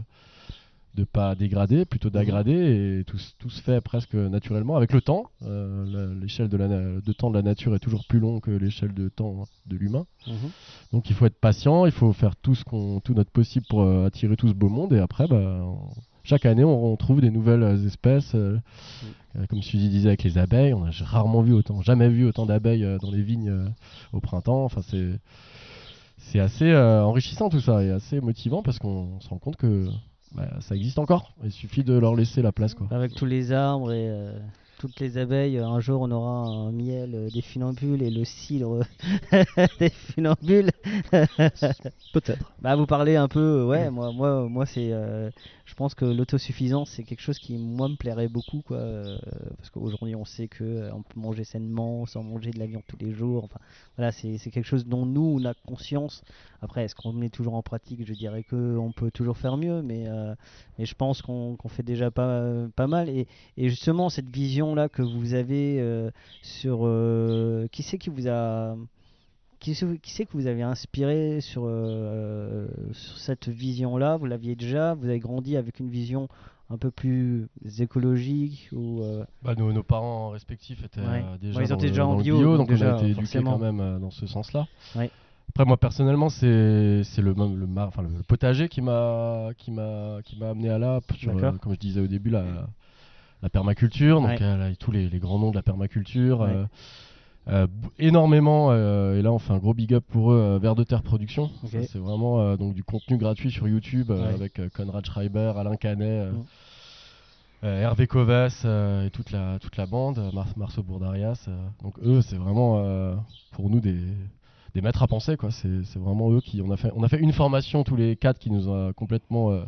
[SPEAKER 9] de pas dégrader, plutôt d'aggrader, et tout, s- tout se fait presque naturellement avec le temps. Euh, la- l'échelle de, la na- de temps de la nature est toujours plus longue que l'échelle de temps de l'humain.
[SPEAKER 5] Mhm.
[SPEAKER 9] Donc il faut être patient, il faut faire tout, ce qu'on, tout notre possible pour euh, attirer tout ce beau monde, et après bah, on- chaque année on, on trouve des nouvelles euh, espèces. euh, euh, comme Suzy disait avec les abeilles, on a j- rarement vu autant, jamais vu autant d'abeilles euh, dans les vignes euh, au printemps. Enfin c'est c'est assez euh, enrichissant tout ça et assez motivant parce qu'on se rend compte que bah, ça existe encore. Il suffit de leur laisser la place, quoi.
[SPEAKER 5] Avec tous les arbres et euh, toutes les abeilles, euh, un jour on aura un miel euh, des funambules et le cidre des funambules.
[SPEAKER 10] Peut-être.
[SPEAKER 5] Bah vous parlez un peu, euh, ouais, moi, moi, moi c'est, euh, je pense que l'autosuffisance c'est quelque chose qui moi me plairait beaucoup, quoi, euh, parce qu'aujourd'hui on sait que euh, on peut manger sainement sans manger de la viande tous les jours. Enfin, voilà, c'est c'est quelque chose dont nous on a conscience. Après, est-ce qu'on met toujours en pratique? Je dirais que on peut toujours faire mieux, mais euh, mais je pense qu'on qu'on fait déjà pas pas mal. Et, et justement cette vision là que vous avez euh, sur euh, qui c'est qui vous a Qui c'est, qui c'est que vous avez inspiré sur, euh, sur cette vision-là? Vous l'aviez déjà, vous avez grandi avec une vision un peu plus écologique ou euh...
[SPEAKER 9] bah, nos, nos parents respectifs étaient
[SPEAKER 5] Ouais.
[SPEAKER 9] euh, déjà,
[SPEAKER 5] Ouais, ils
[SPEAKER 9] dans
[SPEAKER 5] étaient
[SPEAKER 9] le,
[SPEAKER 5] déjà en
[SPEAKER 9] dans le
[SPEAKER 5] bio, donc
[SPEAKER 9] donc
[SPEAKER 5] déjà,
[SPEAKER 9] on a été éduqués
[SPEAKER 5] forcément.
[SPEAKER 9] quand même euh, dans ce sens-là.
[SPEAKER 5] Ouais.
[SPEAKER 9] Après moi personnellement c'est c'est le le, le, enfin, le potager qui m'a qui m'a qui m'a amené à là sur euh, comme je disais au début la la permaculture donc ouais. euh, là, tous les, les grands noms de la permaculture ouais. euh, euh, énormément euh, et là on fait un gros big up pour eux euh, Vers de Terre Production okay. Ça, c'est vraiment euh, donc du contenu gratuit sur YouTube euh, ouais. avec euh, Conrad Schreiber, Alain Canet euh, mm. euh, Hervé Covas euh, et toute la toute la bande Mar- Marceau Bourdarias euh, donc eux c'est vraiment euh, pour nous des des maîtres à penser quoi, c'est, c'est vraiment eux qui on a fait on a fait une formation tous les quatre qui nous a complètement euh,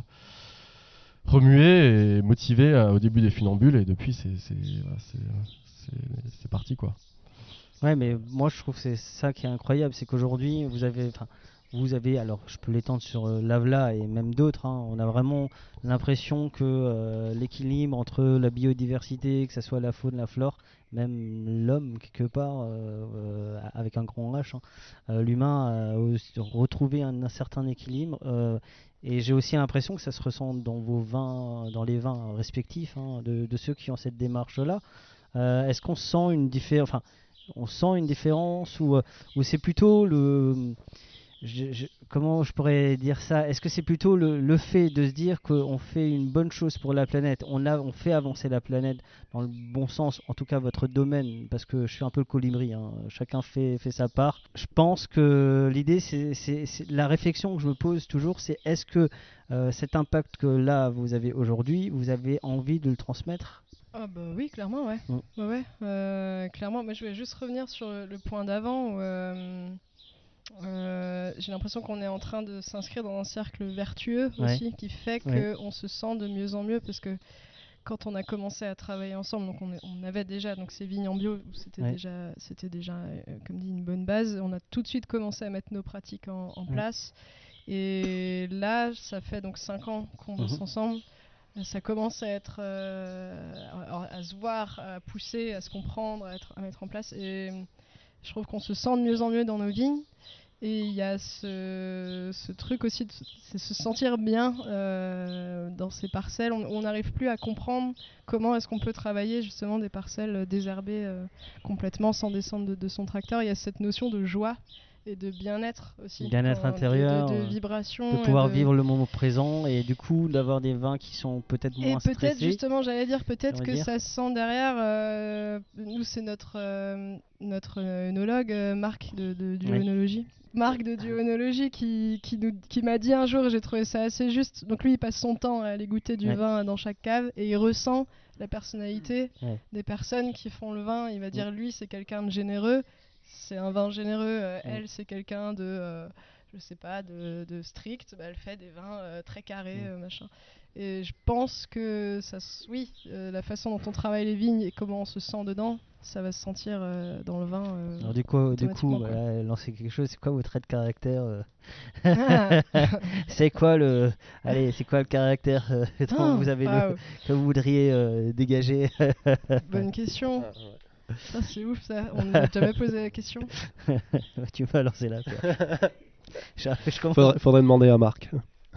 [SPEAKER 9] remués et motivés euh, au début des funambules et depuis c'est c'est, voilà, c'est c'est c'est parti quoi.
[SPEAKER 5] Ouais mais moi je trouve que c'est ça qui est incroyable, c'est qu'aujourd'hui vous avez enfin vous avez alors je peux l'étendre sur euh, l'Avla et même d'autres hein, on a vraiment l'impression que euh, l'équilibre entre la biodiversité, que ce soit la faune, la flore, même l'homme quelque part euh, euh, avec un grand H, hein, euh, l'humain a aussi retrouvé un, un certain équilibre euh, et j'ai aussi l'impression que ça se ressent dans vos vins, dans les vins respectifs hein, de, de ceux qui ont cette démarche là. Euh, est-ce qu'on sent une différence, enfin on sent une différence ou, ou c'est plutôt le Je, je, comment je pourrais dire ça ? Est-ce que c'est plutôt le, le fait de se dire qu'on fait une bonne chose pour la planète, on, a, on fait avancer la planète dans le bon sens, en tout cas votre domaine, parce que je suis un peu le colibri, hein, chacun fait, fait sa part. Je pense que l'idée, c'est, c'est, c'est la réflexion que je me pose toujours, c'est est-ce que euh, cet impact que là vous avez aujourd'hui, vous avez envie de le transmettre ?
[SPEAKER 8] Ah bah oui, clairement, ouais. Mm. ouais, ouais euh, clairement, moi je voulais juste revenir sur le, le point d'avant où... Euh, Euh, j'ai l'impression qu'on est en train de s'inscrire dans un cercle vertueux ouais. aussi qui fait qu'on ouais. se sent de mieux en mieux parce que quand on a commencé à travailler ensemble donc on, est, on avait déjà donc ces vignes en bio c'était ouais. déjà, c'était déjà euh, comme dit une bonne base, on a tout de suite commencé à mettre nos pratiques en, en ouais. place et là ça fait donc cinq ans qu'on bosse mm-hmm. ensemble, ça commence à être euh, à, à se voir, à pousser, à se comprendre, à, être, à mettre en place et je trouve qu'on se sent de mieux en mieux dans nos vignes. Et il y a ce, ce truc aussi, de, c'est se sentir bien euh, dans ces parcelles. On n'arrive plus à comprendre comment est-ce qu'on peut travailler justement des parcelles désherbées euh, complètement sans descendre de, de son tracteur. Il y a cette notion de joie et de bien-être aussi.
[SPEAKER 5] Bien-être quand, intérieur,
[SPEAKER 8] de, de, de vibration.
[SPEAKER 5] De pouvoir
[SPEAKER 8] de...
[SPEAKER 5] vivre le moment présent et du coup d'avoir des vins qui sont peut-être moins stressés.
[SPEAKER 8] Et peut-être justement, j'allais dire, peut-être que dire. ça se sent derrière. Euh, nous, c'est notre, euh, notre œnologue, euh, Marc de, de Duonologie. Oui. Marc de Duonologie qui, qui, nous, qui m'a dit un jour, et j'ai trouvé ça assez juste, donc lui il passe son temps à aller goûter du ouais. vin dans chaque cave et il ressent la personnalité ouais. des personnes qui font le vin. Il va dire lui c'est quelqu'un de généreux, c'est un vin généreux, euh, ouais. elle c'est quelqu'un de, euh, je sais pas, de, de strict, bah, elle fait des vins euh, très carrés, ouais. euh, machin. Et je pense que ça, oui, euh, la façon dont on travaille les vignes et comment on se sent dedans, ça va se sentir euh, dans le vin. Euh,
[SPEAKER 5] Alors du coup, du coup, voilà, lancer quelque chose. C'est quoi votre trait de caractère euh... ah. C'est quoi le, allez, c'est quoi le caractère euh, ah, vous avez ah, le, ouais. que vous voudriez euh, dégager?
[SPEAKER 8] Bonne question. Ah, ouais. Ça c'est ouf ça. On n'a jamais posé la question.
[SPEAKER 5] Tu m'as lancé là. je, je
[SPEAKER 9] faudrait, faudrait demander à Marc.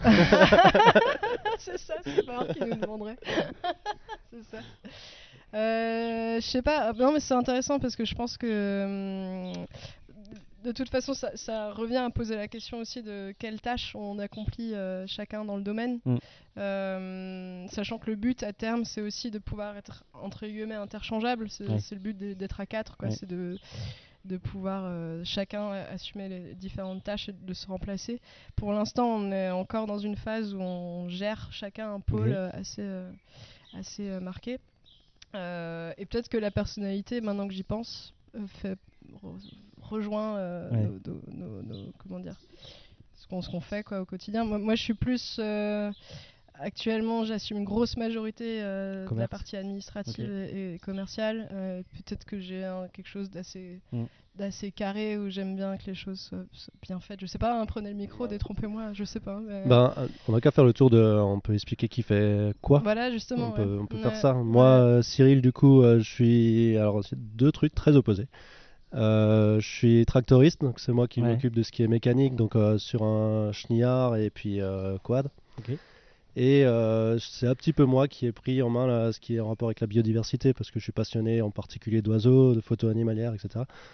[SPEAKER 8] C'est ça, c'est Marc qui nous demanderait. C'est ça. Euh, je sais pas, non mais c'est intéressant parce que je pense que euh, de toute façon ça, ça revient à poser la question aussi de quelles tâches on accomplit euh, chacun dans le domaine, mm. euh, sachant que le but à terme c'est aussi de pouvoir être entre guillemets interchangeable, c'est, ouais. c'est le but de, d'être à quatre quoi, ouais. c'est de de pouvoir euh, chacun assumer les différentes tâches et de se remplacer. Pour l'instant, on est encore dans une phase où on gère chacun un pôle mmh. assez, euh, assez euh, marqué. Euh, et peut-être que la personnalité, maintenant que j'y pense, euh, fait, re- rejoint euh, ouais. nos, nos, nos, nos, comment dire, ce qu'on, ce qu'on fait quoi, au quotidien. Moi, moi, je suis plus... Euh, actuellement, j'assume une grosse majorité euh, de la partie administrative okay. et, et commerciale. Euh, peut-être que j'ai un, quelque chose d'assez, mm. d'assez carré où j'aime bien que les choses soient, soient bien faites. Je sais pas, hein, prenez le micro, détrompez-moi, je sais pas. Mais...
[SPEAKER 9] Ben, on n'a qu'à faire le tour de... On peut expliquer qui fait quoi.
[SPEAKER 8] Voilà, justement.
[SPEAKER 9] On peut,
[SPEAKER 8] ouais.
[SPEAKER 9] on peut ouais. faire ça.
[SPEAKER 8] Ouais.
[SPEAKER 9] Moi, euh, Cyril, du coup, euh, je suis... Alors, c'est deux trucs très opposés. Euh, je suis tractoriste, donc c'est moi qui ouais. m'occupe de ce qui est mécanique, donc euh, sur un chenillard et puis euh, quad.
[SPEAKER 5] Ok.
[SPEAKER 9] Et euh, c'est un petit peu moi qui ai pris en main là, ce qui est en rapport avec la biodiversité, parce que je suis passionné en particulier d'oiseaux, de photos animalières, et cetera.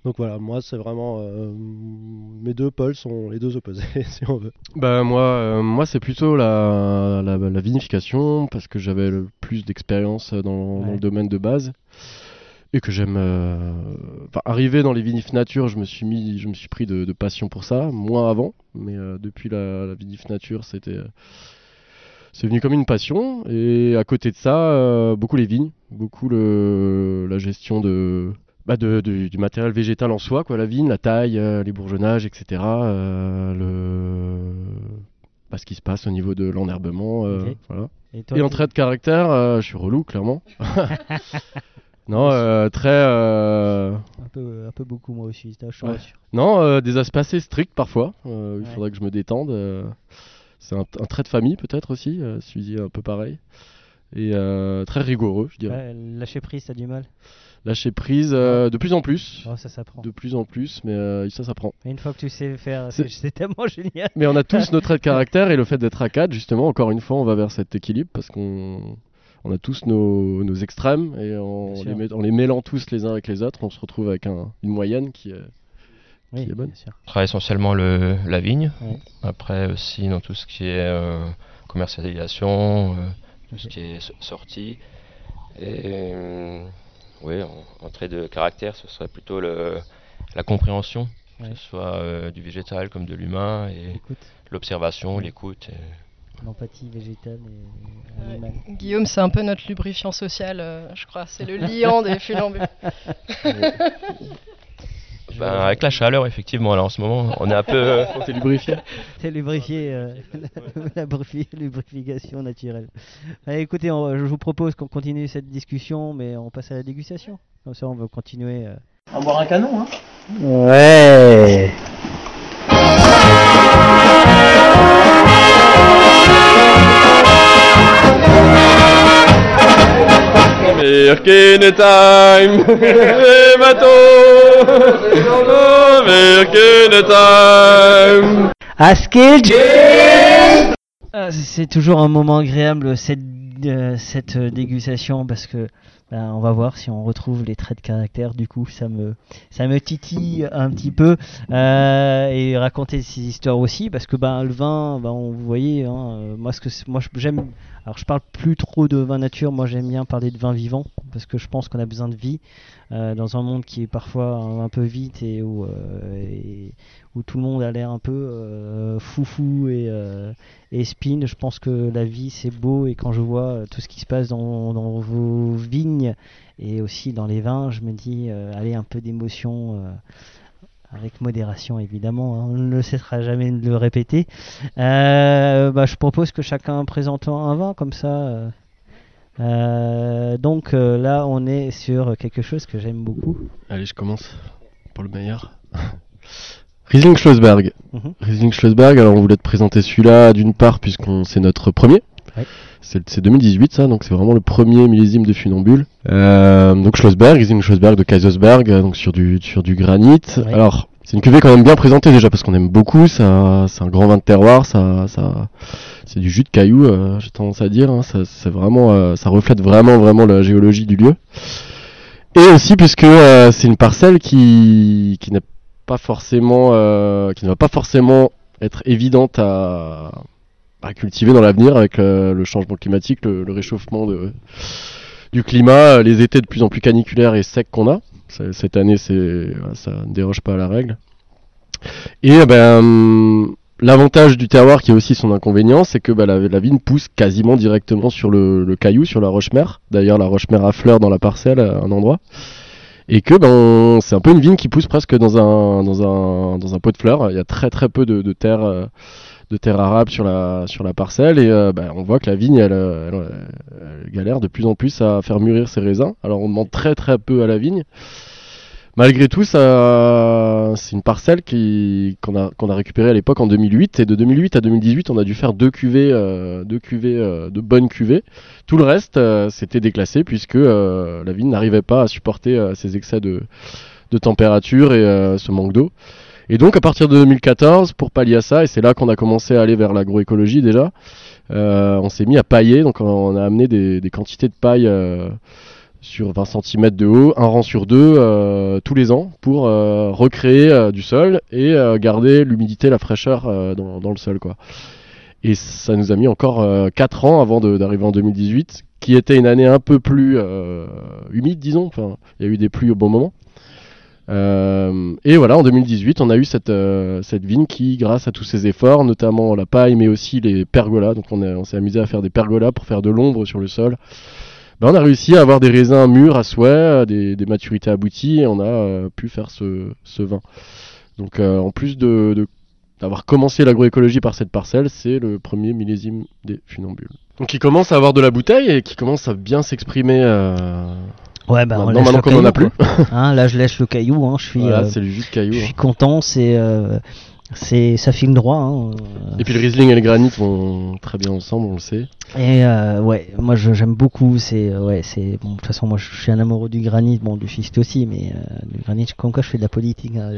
[SPEAKER 10] Donc voilà, moi c'est vraiment euh, mes deux pôles sont les deux opposés si on veut.
[SPEAKER 9] Bah moi, euh, moi c'est plutôt la, la, la vinification parce que j'avais le plus d'expérience dans, ouais. dans le domaine de base et que j'aime. Euh, enfin, arrivé dans les vinifs nature, je me suis mis, je me suis pris de, de passion pour ça, moins avant, mais euh, depuis la, la vinif nature, c'était, euh, c'est venu comme une passion. Et à côté de ça, euh, beaucoup les vignes, beaucoup le, la gestion de Bah de, de, du matériel végétal en soi, quoi, la vigne, la taille, euh, les bourgeonnages, et cetera. Euh, le... bah, ce qui se passe au niveau de l'enherbement. Euh, okay. Voilà. Et, toi, Et en trait de caractère, euh, je suis relou, clairement. non, euh, très... Euh...
[SPEAKER 5] Un, peu, un peu beaucoup, moi aussi, je suis
[SPEAKER 9] ouais. Non, euh, des aspects assez stricts parfois. Euh, il ouais. faudrait que je me détende. Euh, c'est un, un trait de famille, peut-être aussi, euh, suivi un peu pareil. Et euh, très rigoureux, je dirais.
[SPEAKER 5] Ouais, lâcher prise, t'as du mal?
[SPEAKER 9] Lâcher prise euh, de plus en plus.
[SPEAKER 5] Oh, ça s'apprend.
[SPEAKER 9] De plus en plus, mais euh, ça s'apprend.
[SPEAKER 5] Une fois que tu sais faire, c'est, c'est tellement génial.
[SPEAKER 9] Mais on a tous nos traits de caractère et le fait d'être à quatre, justement, encore une fois, on va vers cet équilibre parce qu'on on a tous nos, nos extrêmes et en les, met, en les mêlant tous les uns avec les autres, on se retrouve avec un, une moyenne qui est,
[SPEAKER 5] oui,
[SPEAKER 9] qui est bonne.
[SPEAKER 5] Bien sûr.
[SPEAKER 11] On travaille essentiellement le, la vigne.
[SPEAKER 5] Oui.
[SPEAKER 11] Après aussi dans tout ce qui est euh, commercialisation, euh, tout okay. ce qui est sorti. Et... Euh, Oui, en, en trait de caractère, ce serait plutôt le, la compréhension, ouais. que ce soit euh, du végétal comme de l'humain, et l'écoute. l'observation, ouais. l'écoute. Et...
[SPEAKER 5] L'empathie végétale et
[SPEAKER 8] ouais.
[SPEAKER 5] animale.
[SPEAKER 8] Guillaume, c'est un peu notre lubrifiant social, euh, je crois. C'est le liant des funambules.
[SPEAKER 11] Ben, avec la chaleur, effectivement, là en ce moment, on est un peu.
[SPEAKER 9] On s'est lubrifié.
[SPEAKER 5] C'est lubrifié, euh, la lubrification naturelle. Allez, écoutez, on, je vous propose qu'on continue cette discussion, mais on passe à la dégustation. Comme ça, on va continuer. Euh...
[SPEAKER 12] On va boire un canon, hein.
[SPEAKER 5] Ouais.
[SPEAKER 9] Merkin time, les bateaux, Merkin time.
[SPEAKER 5] Askil, c'est toujours un moment agréable cette euh, cette dégustation parce que ben, on va voir si on retrouve les traits de caractère. Du coup, ça me ça me titille un petit peu euh, et raconter ces histoires aussi parce que ben le vin, ben on, vous voyez, hein, moi ce que moi j'aime. Alors je parle plus trop de vin nature, moi j'aime bien parler de vin vivant parce que je pense qu'on a besoin de vie euh, dans un monde qui est parfois un, un peu vite et où, euh, et, où tout le monde a l'air un peu euh, foufou et, euh, et spin. Je pense que la vie c'est beau et quand je vois tout ce qui se passe dans, dans vos vignes et aussi dans les vins, je me dis euh, allez, un peu d'émotion. Euh, avec modération évidemment, hein, on ne cessera jamais de le répéter. Euh, bah, je propose que chacun présente un vin comme ça. Euh, euh, donc euh, là on est sur quelque chose que j'aime beaucoup.
[SPEAKER 9] Allez, je commence pour le meilleur. Riesling Schlossberg. Mm-hmm. Riesling Schlossberg, alors on voulait te présenter celui-là d'une part puisqu'on c'est notre premier.
[SPEAKER 5] Ouais.
[SPEAKER 9] C'est, c'est deux mille dix-huit ça, donc c'est vraiment le premier millésime de Funambule. Euh, donc Schlossberg, Riesling Schlossberg de Kaisersberg, donc sur du sur du granit. Ouais. Alors c'est une cuvée quand même bien présentée déjà parce qu'on aime beaucoup. Ça, c'est un grand vin de terroir, ça, ça, c'est du jus de caillou, euh, j'ai tendance à dire. Hein, ça, c'est vraiment, euh, ça reflète vraiment vraiment la géologie du lieu. Et aussi puisque euh, c'est une parcelle qui qui n'est pas forcément, euh, qui ne va pas forcément être évidente à à cultiver dans l'avenir avec euh, le changement climatique, le, le réchauffement de, du climat, les étés de plus en plus caniculaires et secs qu'on a. C'est, cette année, c'est, ça ne déroge pas à la règle. Et ben, l'avantage du terroir qui a aussi son inconvénient, c'est que ben, la, la vigne pousse quasiment directement sur le, le caillou, sur la roche-mère. D'ailleurs, la roche-mère a fleur dans la parcelle à un endroit. Et que ben, c'est un peu une vigne qui pousse presque dans un, dans un, dans un pot de fleurs. Il y a très très peu de, de terre... Euh, de terre arabe sur la sur la parcelle et euh, bah, on voit que la vigne elle, elle, elle, elle galère de plus en plus à faire mûrir ses raisins. Alors on demande très très peu à la vigne. Malgré tout, ça c'est une parcelle qui qu'on a qu'on a récupérée à l'époque en deux mille huit et de deux mille huit à deux mille dix-huit, on a dû faire deux cuvées euh, deux cuvées euh, de bonnes cuvées. Tout le reste euh, c'était déclassé puisque euh, la vigne n'arrivait pas à supporter euh, ces excès de de température et euh, ce manque d'eau. Et donc à partir de deux mille quatorze, pour pallier à ça, et c'est là qu'on a commencé à aller vers l'agroécologie déjà, euh, on s'est mis à pailler, donc on a amené des, des quantités de paille euh, sur vingt centimètres de haut, un rang sur deux euh, tous les ans pour euh, recréer euh, du sol et euh, garder l'humidité, la fraîcheur euh, dans, dans le sol, quoi. Et ça nous a mis encore euh, quatre ans avant de, d'arriver en deux mille dix-huit, qui était une année un peu plus euh, humide, disons. Enfin, il y a eu des pluies au bon moment. Euh, et voilà, en deux mille dix-huit, on a eu cette, euh, cette vigne qui, grâce à tous ces efforts, notamment la paille, mais aussi les pergolas, donc on, a, on s'est amusé à faire des pergolas pour faire de l'ombre sur le sol. Ben, on a réussi à avoir des raisins mûrs à souhait, des, des maturités abouties, et on a euh, pu faire ce, ce vin. Donc euh, en plus de, de, d'avoir commencé l'agroécologie par cette parcelle, c'est le premier millésime des Funambules. Donc il commence à avoir de la bouteille et qui commence à bien s'exprimer... Euh...
[SPEAKER 5] Ouais, bah,
[SPEAKER 9] maintenant, maintenant qu'on en a plus.
[SPEAKER 5] Hein, là, je lèche le caillou. Hein, je suis,
[SPEAKER 9] voilà,
[SPEAKER 5] euh,
[SPEAKER 9] c'est le jus de caillou.
[SPEAKER 5] Je
[SPEAKER 9] hein.
[SPEAKER 5] suis content. C'est, euh, c'est, ça file droit. Hein.
[SPEAKER 9] Et puis le Riesling et le granit vont très bien ensemble, on le sait.
[SPEAKER 5] Et euh, ouais, moi je, j'aime beaucoup. C'est, ouais, c'est bon. De toute façon, moi je suis un amoureux du granit, bon, du schiste aussi, mais euh, du granit. Comme quoi, je fais de la politique. Hein,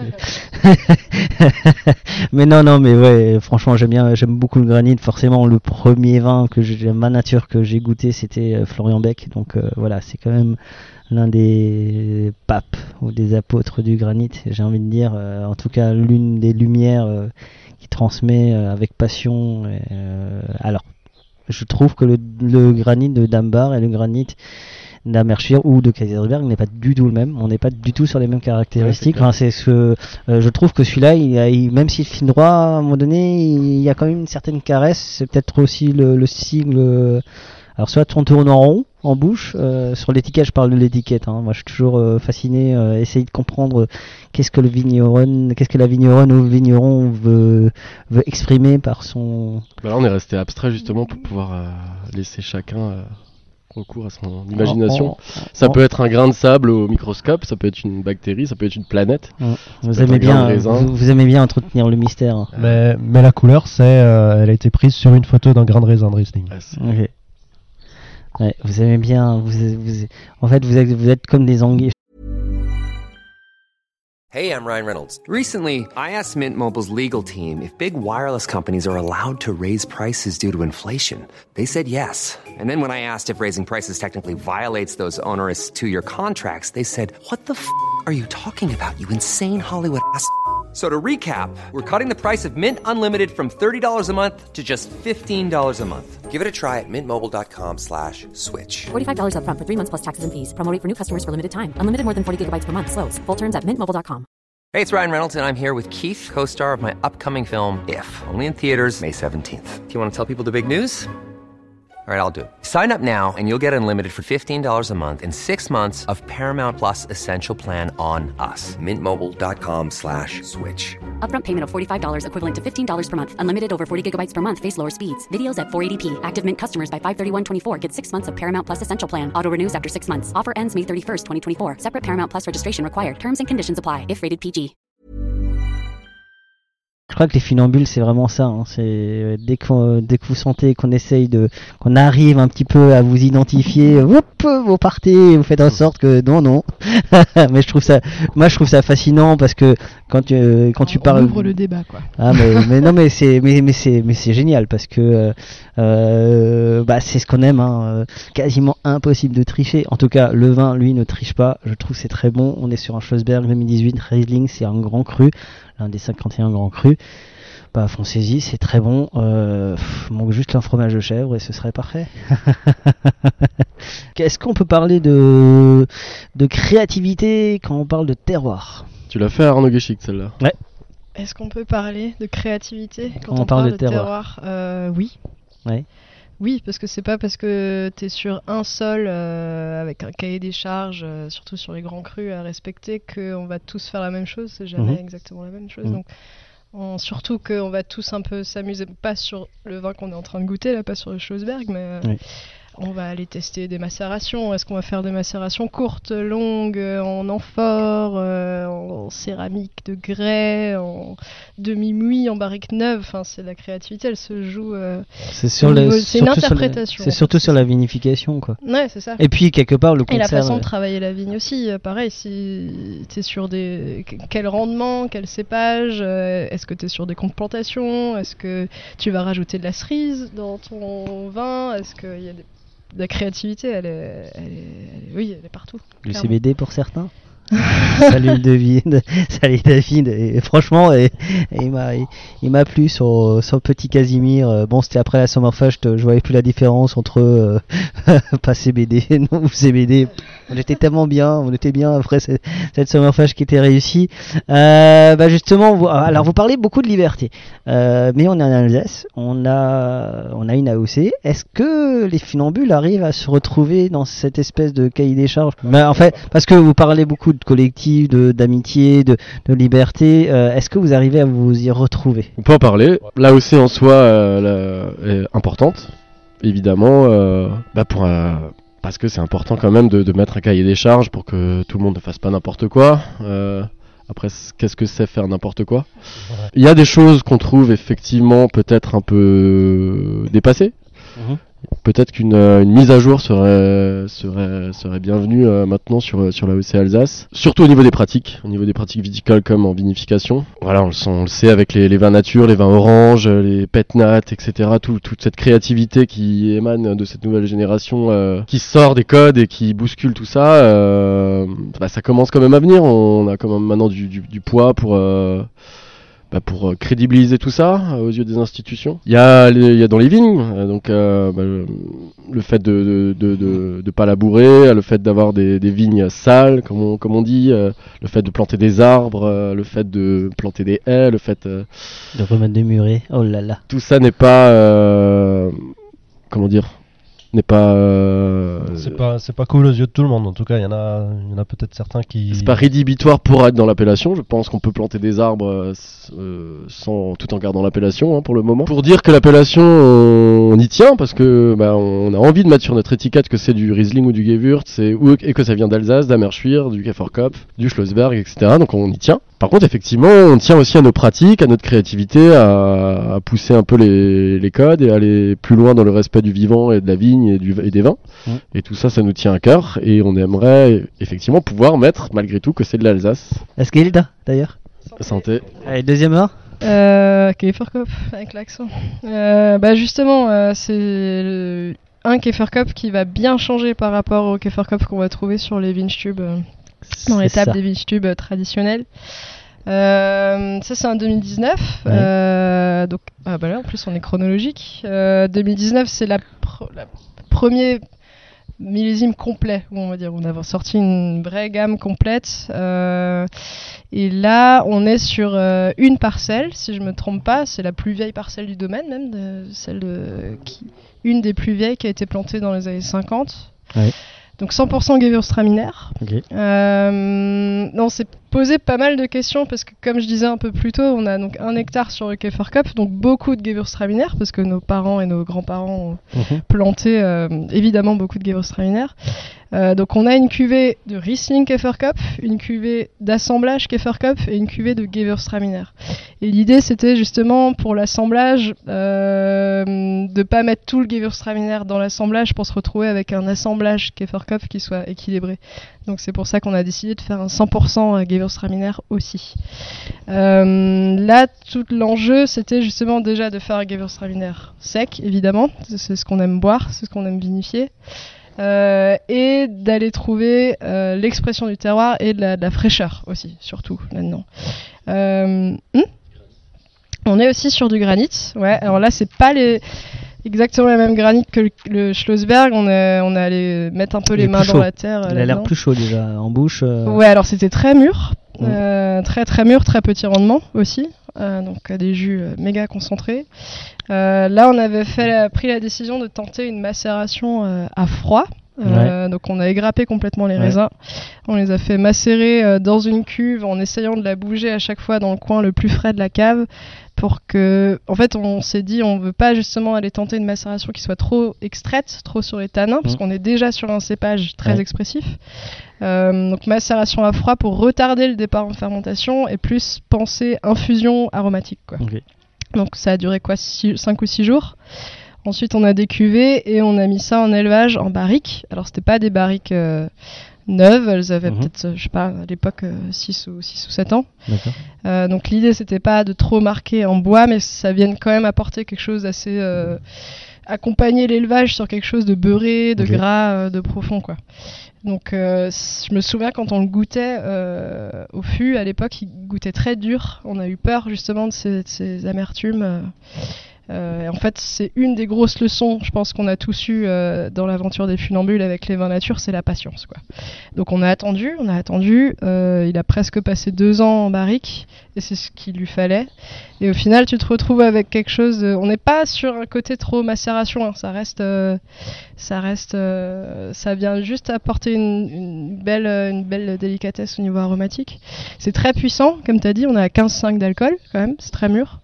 [SPEAKER 5] mais non, non, mais ouais. Franchement, j'aime bien, j'aime beaucoup le granit. Forcément, le premier vin que j'ai, ma nature que j'ai goûté, c'était euh, Florian Beck. Donc euh, voilà, c'est quand même l'un des papes ou des apôtres du granit, j'ai envie de dire, euh, en tout cas l'une des lumières euh, qui transmet euh, avec passion. Et, euh, alors, je trouve que le, le granit de Dambar et le granit d'Amerschwir ou de Kaisersberg n'est pas du tout le même. On n'est pas du tout sur les mêmes caractéristiques. Ouais, c'est enfin, c'est ce que euh, je trouve que celui-là, il a, il, même s'il file droit, à un moment donné, il y a quand même une certaine caresse. C'est peut-être aussi le, le sigle. Euh, alors soit on tourne en rond en bouche, euh, sur l'étiquette, je parle de l'étiquette, hein. Moi je suis toujours euh, fasciné, euh, essayer de comprendre euh, qu'est-ce que le vigneron, qu'est-ce que la vigneronne ou le vigneron veut, veut exprimer par son...
[SPEAKER 9] Bah là on est resté abstrait justement pour pouvoir euh, laisser chacun euh, recours à son imagination. Oh, oh, ça oh. peut être un grain de sable au microscope, ça peut être une bactérie, ça peut être une planète. Oh.
[SPEAKER 5] Vous, aimez bien, vous, vous aimez bien entretenir le mystère. Hein.
[SPEAKER 10] Mais, mais la couleur, c'est, euh, elle a été prise sur une photo d'un grain de raisin de Riesling.
[SPEAKER 5] Ah, ok. Ouais, vous aimez bien, vous, vous, en fait, vous êtes, vous êtes comme des anguilles.
[SPEAKER 1] Hey, I'm Ryan Reynolds. Recently, I asked Mint Mobile's legal team if big wireless companies are allowed to raise prices due to inflation. They said yes. And then when I asked if raising prices technically violates those onerous two-year contracts, they said, "What the f*** are you talking about, you insane Hollywood ass?" So to recap, we're cutting the price of Mint Unlimited from thirty dollars a month to just fifteen dollars a month. Give it a try at mintmobile.com slash switch.
[SPEAKER 2] forty-five dollars up front for three months plus taxes and fees. Promo rate for new customers for limited time. Unlimited more than forty gigabytes per month. Slows full terms at mint mobile dot com.
[SPEAKER 1] Hey, it's Ryan Reynolds, and I'm here with Keith, co-star of my upcoming film, If, only in theaters May seventeenth. Do you want to tell people the big news? All right, I'll do it. Sign up now and you'll get unlimited for fifteen dollars a month and six months of Paramount Plus Essential Plan on us. Mintmobile.com slash switch.
[SPEAKER 2] Upfront payment of forty-five dollars equivalent to fifteen dollars per month. Unlimited over forty gigabytes per month. Face lower speeds. Videos at four eighty p. Active Mint customers by five thirty-one twenty-four get six months of Paramount Plus Essential Plan. Auto renews after six months. Offer ends May thirty-first, twenty twenty-four. Separate Paramount Plus registration required. Terms and conditions apply if rated P G.
[SPEAKER 5] Je crois que les funambules, c'est vraiment ça. Hein. C'est dès que dès que vous sentez qu'on essaye de, qu'on arrive un petit peu à vous identifier, hop, vous partez, vous faites en sorte que non, non. Mais je trouve ça, moi je trouve ça fascinant parce que quand tu euh, quand tu
[SPEAKER 8] on
[SPEAKER 5] parles,
[SPEAKER 8] ouvre le débat quoi.
[SPEAKER 5] Ah mais, mais non mais c'est mais mais c'est mais c'est génial parce que euh, bah c'est ce qu'on aime. Hein. Quasiment impossible de tricher. En tout cas, le vin, lui, ne triche pas. Je trouve que c'est très bon. On est sur un Schlossberg deux mille dix-huit Riesling, c'est un grand cru. L'un des cinquante et un grands crus, bah foncez-y, c'est très bon. Euh, pff, manque juste un fromage de chèvre et ce serait parfait. Est-ce qu'on peut parler de de créativité quand on parle de terroir?
[SPEAKER 9] Tu l'as fait à Arnaud Guéchic celle-là.
[SPEAKER 5] Ouais.
[SPEAKER 8] Est-ce qu'on peut parler de créativité quand
[SPEAKER 5] on,
[SPEAKER 8] on
[SPEAKER 5] parle,
[SPEAKER 8] parle
[SPEAKER 5] de
[SPEAKER 8] de
[SPEAKER 5] terroir,
[SPEAKER 8] terroir euh, Oui.
[SPEAKER 5] Ouais.
[SPEAKER 8] Oui, parce que c'est pas parce que t'es sur un sol euh, avec un cahier des charges, euh, surtout sur les grands crus à respecter, qu'on va tous faire la même chose. C'est jamais mmh. exactement la même chose. Mmh. Donc, on, surtout qu'on va tous un peu s'amuser, pas sur le vin qu'on est en train de goûter, là, pas sur le Schlossberg, mais euh, oui. on va aller tester des macérations. Est-ce qu'on va faire des macérations courtes, longues, en amphore, euh, en céramique de grès, en demi-muit, en barrique neuve? Enfin, c'est la créativité, elle se joue. Euh,
[SPEAKER 5] c'est sur le,
[SPEAKER 8] c'est une interprétation.
[SPEAKER 5] La, c'est surtout sur la vinification, quoi.
[SPEAKER 8] Ouais, c'est ça.
[SPEAKER 5] Et puis quelque part le concert.
[SPEAKER 8] Et la façon de travailler la vigne aussi. Pareil, si t'es sur des quel rendement, quel cépage, euh, est-ce que t'es sur des comptes plantations, est-ce que tu vas rajouter de la cerise dans ton vin, est-ce qu'il y a des la créativité, elle est, elle est, elle est- oui, elle est partout.
[SPEAKER 5] Le
[SPEAKER 8] clairement.
[SPEAKER 5] C B D pour certains. Salut David, salut David. Et franchement, et, et il m'a, il, il m'a plu sur, sur le petit Casimir. Euh, Bon, c'était après la Summerfest, je, je voyais plus la différence entre euh, pas C B D, non ou C B D. On était tellement bien, on était bien après cette, cette Summerfest qui était réussie. Euh, bah justement, vous, alors vous parlez beaucoup de liberté, euh, mais on est en Alsace, on a, on a une A O C. Est-ce que les funambules arrivent à se retrouver dans cette espèce de cahier des charges? Bah, en fait, parce que vous parlez beaucoup de collectif, de, d'amitié, de, de liberté, euh, est-ce que vous arrivez à vous y retrouver?
[SPEAKER 9] On peut en parler. L'A O C en soi euh, la- est importante, évidemment, euh, bah pour, euh, parce que c'est important quand même de, de mettre un cahier des charges pour que tout le monde ne fasse pas n'importe quoi. Euh, après, c- qu'est-ce que c'est faire n'importe quoi? Il y a des choses qu'on trouve effectivement peut-être un peu dépassées.
[SPEAKER 5] Mhm.
[SPEAKER 9] Peut-être qu'une euh, une mise à jour serait, serait, serait bienvenue euh, maintenant sur, sur l'A O C Alsace. Surtout au niveau des pratiques, au niveau des pratiques viticoles comme en vinification. Voilà, on le, sent, on le sait avec les, les vins nature, les vins oranges, les pet nat, et cetera. Tout, toute cette créativité qui émane de cette nouvelle génération, euh, qui sort des codes et qui bouscule tout ça, euh, bah, ça commence quand même à venir. On a quand même maintenant du, du, du poids pour... Euh, bah, pour euh, crédibiliser tout ça euh, aux yeux des institutions. Il y a, les- il y a dans les vignes, euh, donc euh, bah, le, le fait de de, de, de de pas labourer, le fait d'avoir des, des vignes sales, comme on, comme on dit, euh, le fait de planter des arbres, euh, le fait de planter des haies, le fait euh,
[SPEAKER 5] De remettre des murets, oh là là.
[SPEAKER 9] tout ça n'est pas euh, comment dire, n'est pas euh,
[SPEAKER 10] C'est pas, c'est pas cool aux yeux de tout le monde. En tout cas, il y en a, il y en a peut-être certains qui.
[SPEAKER 9] c'est pas rédhibitoire pour être dans l'appellation. Je pense qu'on peut planter des arbres euh, s- euh, sans tout en gardant l'appellation hein, pour le moment. Pour dire que l'appellation, on, on y tient parce que bah, on a envie de mettre sur notre étiquette que c'est du Riesling ou du Gewürz et, ou- et que ça vient d'Alsace, d'Amerschwir, du Käferkopf, du Schlossberg, et cetera. Donc on y tient. Par contre, effectivement, on tient aussi à nos pratiques, à notre créativité, à, à pousser un peu les, les codes et à aller plus loin dans le respect du vivant et de la vigne et, du, et des vins.
[SPEAKER 5] Mmh.
[SPEAKER 9] Et tout ça, ça nous tient à cœur et on aimerait effectivement pouvoir mettre, malgré tout, que c'est de l'Alsace.
[SPEAKER 5] Est-ce Gilda d'ailleurs?
[SPEAKER 9] Santé.
[SPEAKER 5] Allez, deuxième heure.
[SPEAKER 8] Euh, Käferkopf, avec l'accent. Euh, bah justement, euh, c'est le- un Käferkopf qui va bien changer par rapport au Käferkopf qu'on va trouver sur les Weinstube, euh, dans les
[SPEAKER 5] C'est ça.
[SPEAKER 8] tables des Weinstube euh, traditionnelles. Euh, ça c'est en deux mille dix-neuf.
[SPEAKER 5] Ouais.
[SPEAKER 8] Euh, donc, ah bah là en plus on est chronologique. Euh, deux mille dix-neuf c'est la, pr- la premier millésime complet, on va dire. On a sorti une vraie gamme complète. Euh, et là, on est sur euh, une parcelle, si je me trompe pas. C'est la plus vieille parcelle du domaine, même, de, celle de, qui, une des plus vieilles qui a été plantée dans les années cinquante.
[SPEAKER 5] Ouais.
[SPEAKER 8] Donc cent pour cent Gewürztraminer.
[SPEAKER 5] Ok.
[SPEAKER 8] Euh, non, c'est posé pas mal de questions parce que, comme je disais un peu plus tôt, on a donc un hectare sur le Käferkopf, donc beaucoup de Gewürztraminer parce que nos parents et nos grands-parents ont
[SPEAKER 5] Mhm.
[SPEAKER 8] planté euh, évidemment beaucoup de Gewürztraminer. Euh, donc on a une cuvée de Riesling Käferkopf, une cuvée d'assemblage Käferkopf et une cuvée de Gewürztraminer. Et l'idée c'était justement pour l'assemblage euh, de pas mettre tout le Gewürztraminer dans l'assemblage pour se retrouver avec un assemblage Käferkopf qui soit équilibré. Donc c'est pour ça qu'on a décidé de faire un cent pour cent Gewürztraminer aussi. Euh, là tout l'enjeu c'était justement déjà de faire un Gewürztraminer sec évidemment, c'est c'est ce qu'on aime boire, c'est ce qu'on aime vinifier. Euh, et d'aller trouver euh, l'expression du terroir et de la, de la fraîcheur aussi, surtout là-dedans. Euh, hmm on est aussi sur du granit. Ouais, alors là, c'est pas les exactement la même granit que le, le Schlossberg. On est, on est allé mettre un peu
[SPEAKER 5] Il
[SPEAKER 8] les
[SPEAKER 5] est
[SPEAKER 8] mains
[SPEAKER 5] plus
[SPEAKER 8] dans
[SPEAKER 5] chaud.
[SPEAKER 8] la terre.
[SPEAKER 5] Il a
[SPEAKER 8] là-dedans.
[SPEAKER 5] l'air plus chaud déjà en bouche. euh.
[SPEAKER 8] Ouais, alors c'était très mûr,
[SPEAKER 5] Mm.
[SPEAKER 8] euh, très très mûr, très petit rendement aussi, euh, donc euh, des jus euh, méga concentrés. Euh, là, on avait fait la- pris la décision de tenter une macération euh, à froid. Euh, Donc on a égrappé complètement les
[SPEAKER 5] Ouais.
[SPEAKER 8] raisins, on les a fait macérer euh, dans une cuve en essayant de la bouger à chaque fois dans le coin le plus frais de la cave pour que, en fait on s'est dit on veut pas justement aller tenter une macération qui soit trop extraite, trop sur les tanins, parce
[SPEAKER 5] Mhm.
[SPEAKER 8] qu'on est déjà sur un cépage très
[SPEAKER 5] Ouais.
[SPEAKER 8] expressif. Euh, donc macération à froid pour retarder le départ en fermentation et plus penser infusion aromatique quoi.
[SPEAKER 5] Ok.
[SPEAKER 8] Donc ça a duré quoi, cinq ou six jours. Ensuite, on a décuvé et on a mis ça en élevage en barriques. Alors, c'était pas des barriques euh, neuves, elles avaient
[SPEAKER 5] Mhm.
[SPEAKER 8] peut-être, euh, je sais pas, à l'époque, euh, six ou sept ans.
[SPEAKER 5] D'accord.
[SPEAKER 8] Euh, donc, l'idée, c'était pas de trop marquer en bois, mais ça vienne quand même apporter quelque chose d'assez euh, accompagner l'élevage sur quelque chose de beurré, de
[SPEAKER 5] Ok.
[SPEAKER 8] gras, euh, de profond, quoi. Donc, euh, c- je me souviens quand on le goûtait euh, au fût, à l'époque, il goûtait très dur. On a eu peur justement de ces, de ces amertumes. euh. Euh, et en fait, c'est une des grosses leçons, je pense, qu'on a tous eu euh, dans l'aventure des funambules avec les vins nature, c'est la patience, quoi. Donc, on a attendu, on a attendu. euh, il a presque passé deux ans en barrique, et c'est ce qu'il lui fallait. Et au final, tu te retrouves avec quelque chose. De... On n'est pas sur un côté trop macération. Hein. Ça reste, euh, ça reste, euh, ça vient juste apporter une, une belle, une belle délicatesse au niveau aromatique. C'est très puissant, comme tu as dit. On est à quinze virgule cinq d'alcool quand même. C'est très mûr.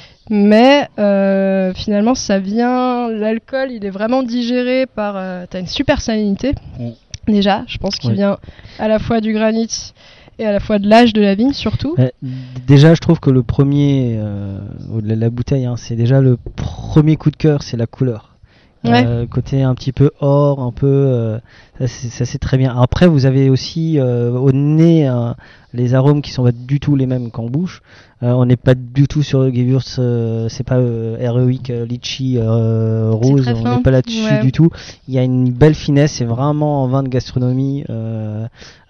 [SPEAKER 8] Mais euh, finalement, ça vient. L'alcool, il est vraiment digéré par. Euh, t'as une super salinité.
[SPEAKER 5] Mm.
[SPEAKER 8] Déjà, je pense qu'il
[SPEAKER 5] Ouais.
[SPEAKER 8] vient à la fois du granit et à la fois de l'âge de la vigne surtout.
[SPEAKER 5] Euh, déjà, je trouve que le premier, euh, au-delà de la bouteille, hein, c'est déjà le premier coup de cœur, c'est la couleur.
[SPEAKER 8] Ouais.
[SPEAKER 5] Euh, côté un petit peu or, un peu, euh, ça, c'est, ça c'est très bien. Après, vous avez aussi euh, au nez euh, les arômes qui sont pas du tout les mêmes qu'en bouche. Euh, on n'est pas du tout sur le Gewürz, euh, c'est pas euh, héroïque, euh, litchi, euh, rose,
[SPEAKER 8] très
[SPEAKER 5] on
[SPEAKER 8] fin.
[SPEAKER 5] n'est pas là-dessus
[SPEAKER 8] Ouais.
[SPEAKER 5] du tout. Il y a une belle finesse, c'est vraiment un vin de gastronomie. Euh,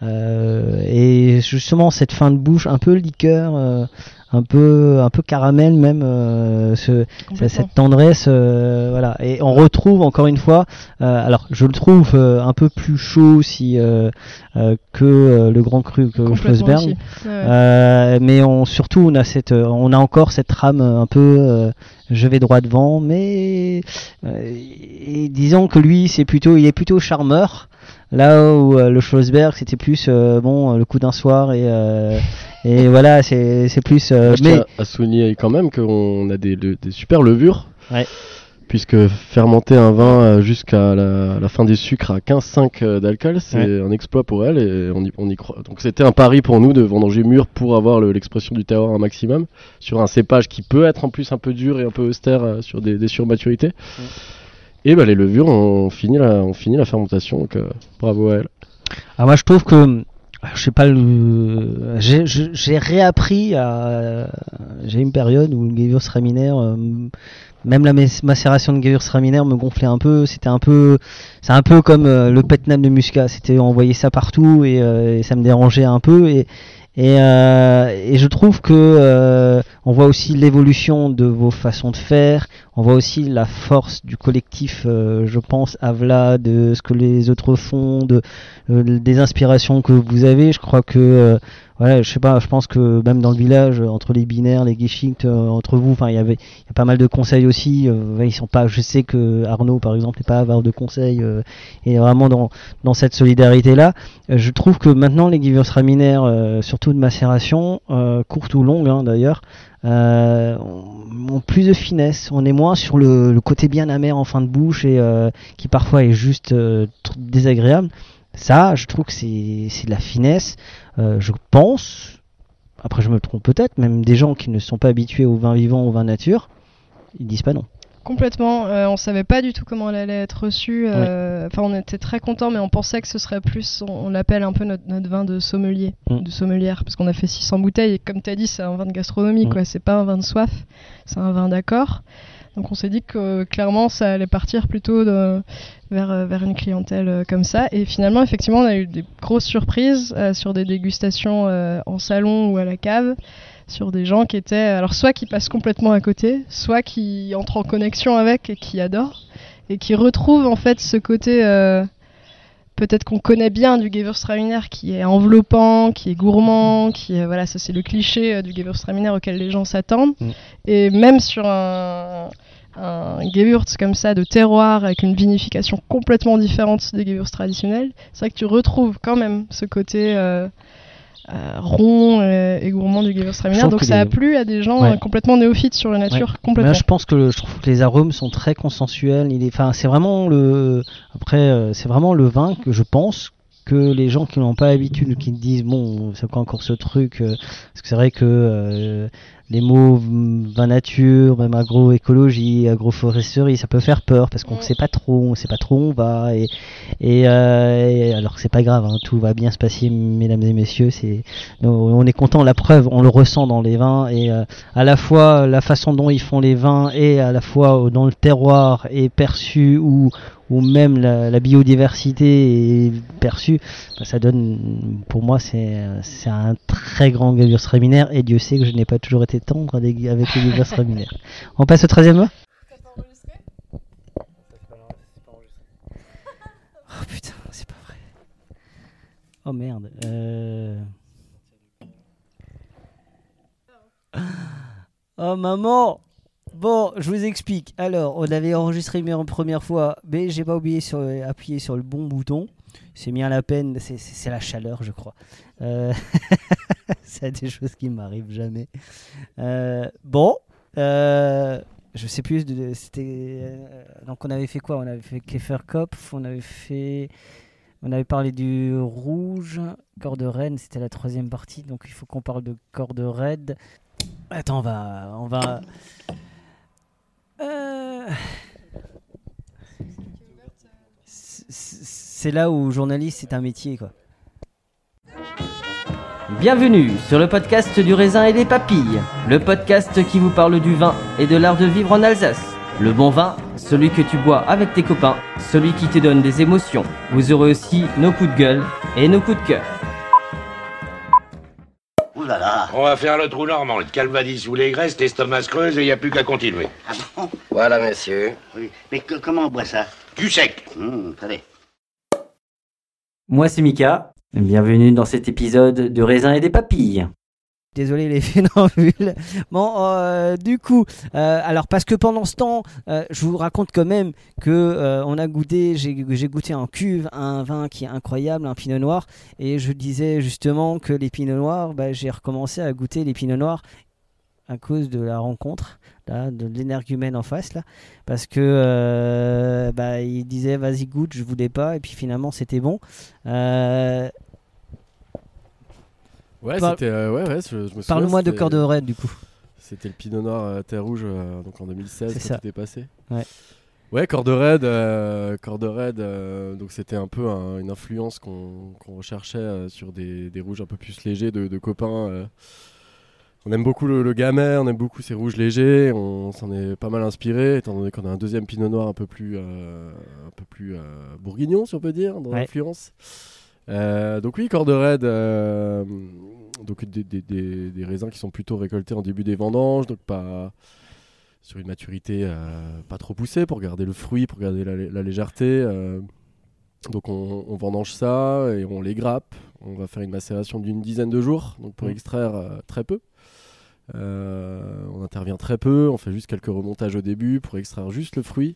[SPEAKER 5] euh, et justement, cette fin de bouche, un peu liqueur, euh, un peu, un peu caramel même, euh, ce,
[SPEAKER 8] Complètement.
[SPEAKER 5] cette tendresse, euh, voilà. Et on retrouve encore une fois, euh, alors je le trouve euh, un peu plus chaud si euh, euh, que euh, le Grand Cru, que
[SPEAKER 8] Complètement
[SPEAKER 5] Schlossberg.
[SPEAKER 8] aussi. Ouais, ouais.
[SPEAKER 5] Euh, mais on surtout on a cette, euh, on a encore cette trame un peu, euh, je vais droit devant, mais euh, et disons que lui c'est plutôt, il est plutôt charmeur. Là où euh, le Schlossberg c'était plus euh, bon euh, le coup d'un soir et euh, et voilà c'est c'est plus euh,
[SPEAKER 9] Moi, je
[SPEAKER 5] mais
[SPEAKER 9] tiens à souligner quand même qu'on a des, le- des super levures.
[SPEAKER 5] Ouais.
[SPEAKER 9] Puisque fermenter un vin euh, jusqu'à la, la fin des sucres à quinze virgule cinq euh, d'alcool, c'est
[SPEAKER 5] Ouais.
[SPEAKER 9] un exploit pour elle et on y, on y croit. Donc c'était un pari pour nous de vendanger mûr pour avoir le- l'expression du terroir un maximum sur un cépage qui peut être en plus un peu dur et un peu austère euh, sur des, des surmaturités. Et bah, les levures, on finit la, on finit la fermentation, donc euh, bravo à elle.
[SPEAKER 5] Ah, moi je trouve que je sais pas le j'ai, je- j'ai réappris à j'ai une période où le Gewürztraminer euh, même la mé- macération de Gewürztraminer me gonflait un peu, c'était un peu c'est un peu comme euh, le Petnam de Muscat, c'était on voyait ça partout et, euh, et ça me dérangeait un peu et et, euh, et je trouve que euh, on voit aussi l'évolution de vos façons de faire, on voit aussi la force du collectif, euh, je pense, Avla, de ce que les autres font, de euh, des inspirations que vous avez. Je crois que euh, voilà, je sais pas, je pense que même dans le village, entre les binaires, les Geschicht, euh, entre vous, enfin il y avait il y a pas mal de conseils aussi. Euh, ouais, ils sont pas, je sais que Arnaud par exemple n'est pas avare de conseils euh, et vraiment dans dans cette solidarité là. Euh, je trouve que maintenant les Gewürztraminer, euh, surtout de macération, euh, courte ou longue hein, d'ailleurs, euh, ont, ont plus de finesse. On est moins sur le, le côté bien amer en fin de bouche et euh, qui parfois est juste euh, tr- désagréable. Ça, je trouve que c'est, c'est de la finesse. Euh, je pense, après je me trompe peut-être, même des gens qui ne sont pas habitués au vin vivant, au vin nature, ils disent pas non.
[SPEAKER 8] Complètement, euh, on savait pas du tout comment elle allait être reçue. euh, Enfin, on était très contents, mais on pensait que ce serait plus, on, on l'appelle un peu notre, notre vin de sommelier,
[SPEAKER 5] Mm.
[SPEAKER 8] de sommelière, parce qu'on a fait six cents bouteilles et comme tu as dit, c'est un vin de gastronomie,
[SPEAKER 5] Mm.
[SPEAKER 8] quoi. C'est pas un vin de soif, c'est un vin d'accord. Donc on s'est dit que euh, clairement ça allait partir plutôt de, vers, euh, vers une clientèle euh, comme ça. Et finalement, effectivement, on a eu des grosses surprises euh, sur des dégustations euh, en salon ou à la cave, sur des gens qui étaient, alors soit qui passent complètement à côté, soit qui entrent en connexion avec et qui adorent, et qui retrouvent en fait ce côté, euh, peut-être qu'on connaît bien du Gewürztraminer, qui est enveloppant, qui est gourmand, qui est, voilà, ça c'est le cliché euh, du Gewürztraminer auquel les gens s'attendent.
[SPEAKER 5] Mm.
[SPEAKER 8] Et même sur un, un Gewürz comme ça de terroir avec une vinification complètement différente des Gewürz traditionnels, c'est vrai que tu retrouves quand même ce côté euh, euh, rond euh, et gourmand du Gewürztraminer.
[SPEAKER 5] Je trouve
[SPEAKER 8] Donc
[SPEAKER 5] que
[SPEAKER 8] ça
[SPEAKER 5] les-
[SPEAKER 8] a plu à des gens
[SPEAKER 5] Ouais.
[SPEAKER 8] euh, complètement néophytes sur la nature,
[SPEAKER 5] Ouais.
[SPEAKER 8] complètement.
[SPEAKER 5] Moi, je pense que le- je trouve que les arômes sont très consensuels. Il est, enfin, c'est vraiment le, après, euh, c'est vraiment le vin que je pense que les gens qui n'ont pas l'habitude, qui disent bon, c'est quoi encore ce truc, euh, parce que c'est vrai que euh, les mots vin nature, même agroécologie, agroforesterie, ça peut faire peur parce qu'on ne sait pas trop, on sait pas trop où on va et, et, euh, et alors que c'est pas grave, hein, tout va bien se passer, mesdames et messieurs. C'est, on est content, la preuve, on le ressent dans les vins et euh, à la fois la façon dont ils font les vins et à la fois dans le terroir est perçu ou ou même la, la biodiversité est perçue, bah, ça donne, pour moi, c'est, c'est un très grand Gewürztraminer, et Dieu sait que je n'ai pas toujours été tendre avec, avec les Gewürztraminer. On passe au treizième mot.
[SPEAKER 8] T'as pas enregistré ?
[SPEAKER 5] Oh putain, c'est pas vrai. Oh merde. Euh... Oh maman. Bon, je vous explique. Alors, on avait enregistré une première fois, mais j'ai pas oublié sur appuyer sur le bon bouton. C'est bien la peine. C'est, c'est, c'est la chaleur, je crois. Euh... c'est des choses qui m'arrivent jamais. Euh... Bon, euh... je sais plus. De... C'était donc on avait fait quoi ? On avait fait Käferkopf. On avait fait. On avait parlé du rouge, corde raide. C'était la troisième partie. Donc il faut qu'on parle de corde raide. Attends, on va, on va. Euh... C'est là où journaliste c'est un métier quoi. Bienvenue sur le podcast du raisin et des papilles, le podcast qui vous parle du vin et de l'art de vivre en Alsace. Le bon vin, celui que tu bois avec tes copains, celui qui te donne des émotions. Vous aurez aussi nos coups de gueule et nos coups de cœur.
[SPEAKER 6] Oulala.
[SPEAKER 7] On va faire le trou normand, le calvadis ou les graisses, l'estomac se creuse et il n'y a plus qu'à continuer.
[SPEAKER 6] Ah bon ?
[SPEAKER 12] Voilà, monsieur.
[SPEAKER 6] Oui. Mais que, comment on boit ça ?
[SPEAKER 7] Du sec.
[SPEAKER 6] Hum, allez.
[SPEAKER 5] Moi c'est Mika, bienvenue dans cet épisode de Raisin et des papilles. Désolé les funambules. Bon, euh, du coup, euh, alors parce que pendant ce temps, euh, je vous raconte quand même que euh, on a goûté, j'ai, j'ai goûté en cuve un vin qui est incroyable, un pinot noir, et je disais justement que les pinots noirs, bah, j'ai recommencé à goûter les pinots noirs à cause de la rencontre, là, de l'énergumène en face, là, parce que euh, bah, il disait vas-y goûte, je voulais pas, et puis finalement c'était bon. Euh,
[SPEAKER 9] Ouais,
[SPEAKER 5] Par...
[SPEAKER 9] c'était. Euh, ouais, ouais, je, je me souviens.
[SPEAKER 5] Parle-moi de corde raide du coup.
[SPEAKER 9] C'était le Pinot Noir euh, Terre Rouge, euh, donc en deux mille seize,
[SPEAKER 5] c'est
[SPEAKER 9] quand
[SPEAKER 5] ça.
[SPEAKER 9] c'était passé.
[SPEAKER 5] Ouais.
[SPEAKER 9] Ouais, corde raide, euh, corde raide. Euh, donc c'était un peu un, une influence qu'on, qu'on recherchait euh, sur des, des rouges un peu plus légers de, de copains. Euh. On aime beaucoup le, le Gamay, on aime beaucoup ces rouges légers. On s'en est pas mal inspiré, étant donné qu'on a un deuxième Pinot Noir un peu plus, euh, un peu plus euh, bourguignon, si on peut dire, dans
[SPEAKER 5] ouais.
[SPEAKER 9] l'influence. Euh, donc oui, corde raide, euh, donc des, des, des, des raisins qui sont plutôt récoltés en début des vendanges, donc pas sur une maturité euh, pas trop poussée pour garder le fruit, pour garder la, la légèreté. Euh, donc on, on vendange ça et on les grappe. On va faire une macération d'une dizaine de jours, donc pour mmh. extraire euh, très peu. Euh, on intervient très peu, on fait juste quelques remontages au début pour extraire juste le fruit.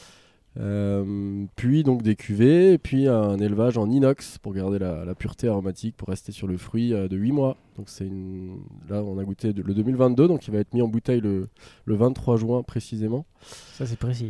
[SPEAKER 9] Euh, puis donc des cuvées et puis un élevage en inox pour garder la, la pureté aromatique pour rester sur le fruit euh, de huit mois. Donc c'est une... Là on a goûté de, le deux mille vingt-deux, donc il va être mis en bouteille le, le vingt-trois juin précisément.
[SPEAKER 5] Ça c'est précis.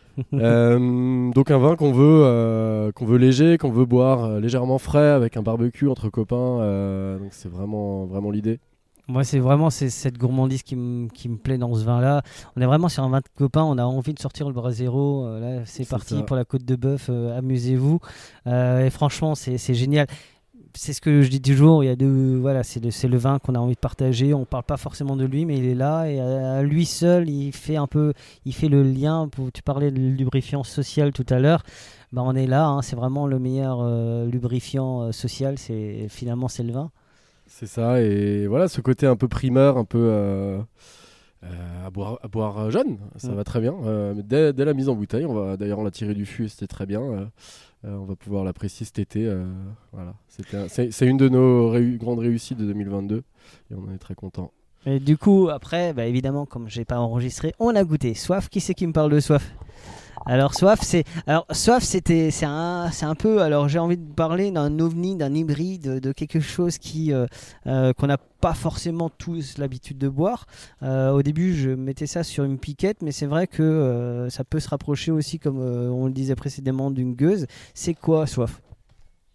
[SPEAKER 9] euh, donc un vin qu'on veut, euh, qu'on veut léger, qu'on veut boire euh, légèrement frais avec un barbecue entre copains, euh, donc c'est vraiment, vraiment l'idée.
[SPEAKER 5] Moi, c'est vraiment c'est cette gourmandise qui me qui me plaît dans ce vin-là. On est vraiment sur un vin de copain. On a envie de sortir le Brasero. Euh, là, c'est, c'est parti ça. Pour la côte de bœuf. Euh, amusez-vous. Euh, et franchement, c'est c'est génial. C'est ce que je dis toujours. Il y a deux, voilà, c'est le c'est le vin qu'on a envie de partager. On parle pas forcément de lui, mais il est là et à, à lui seul, il fait un peu, il fait le lien. Pour, tu parlais de lubrifiant social tout à l'heure. Ben, on est là. Hein, c'est vraiment le meilleur euh, lubrifiant euh, social. C'est finalement c'est le vin.
[SPEAKER 9] C'est ça, et voilà, ce côté un peu primeur, un peu euh, euh, à, boire, à boire jeune, ça mmh. va très bien. Euh, dès, dès la mise en bouteille, on va, d'ailleurs on l'a tiré du fût et c'était très bien. Euh, euh, on va pouvoir l'apprécier cet été. Euh, voilà. C'était un, c'est, c'est une de nos réu- grandes réussites de deux mille vingt-deux et on en est très contents.
[SPEAKER 5] Et du coup, après, bah, évidemment, comme j'ai pas enregistré, on a goûté. Soif, qui c'est qui me parle de soif ? Alors soif, c'est alors soif, c'était c'est un c'est un peu alors j'ai envie de parler d'un ovni, d'un hybride, de, de quelque chose qui euh, euh, qu'on n'a pas forcément tous l'habitude de boire. Euh, au début, je mettais ça sur une piquette, mais c'est vrai que euh, ça peut se rapprocher aussi, comme euh, on le disait précédemment, d'une gueuse. C'est quoi soif ?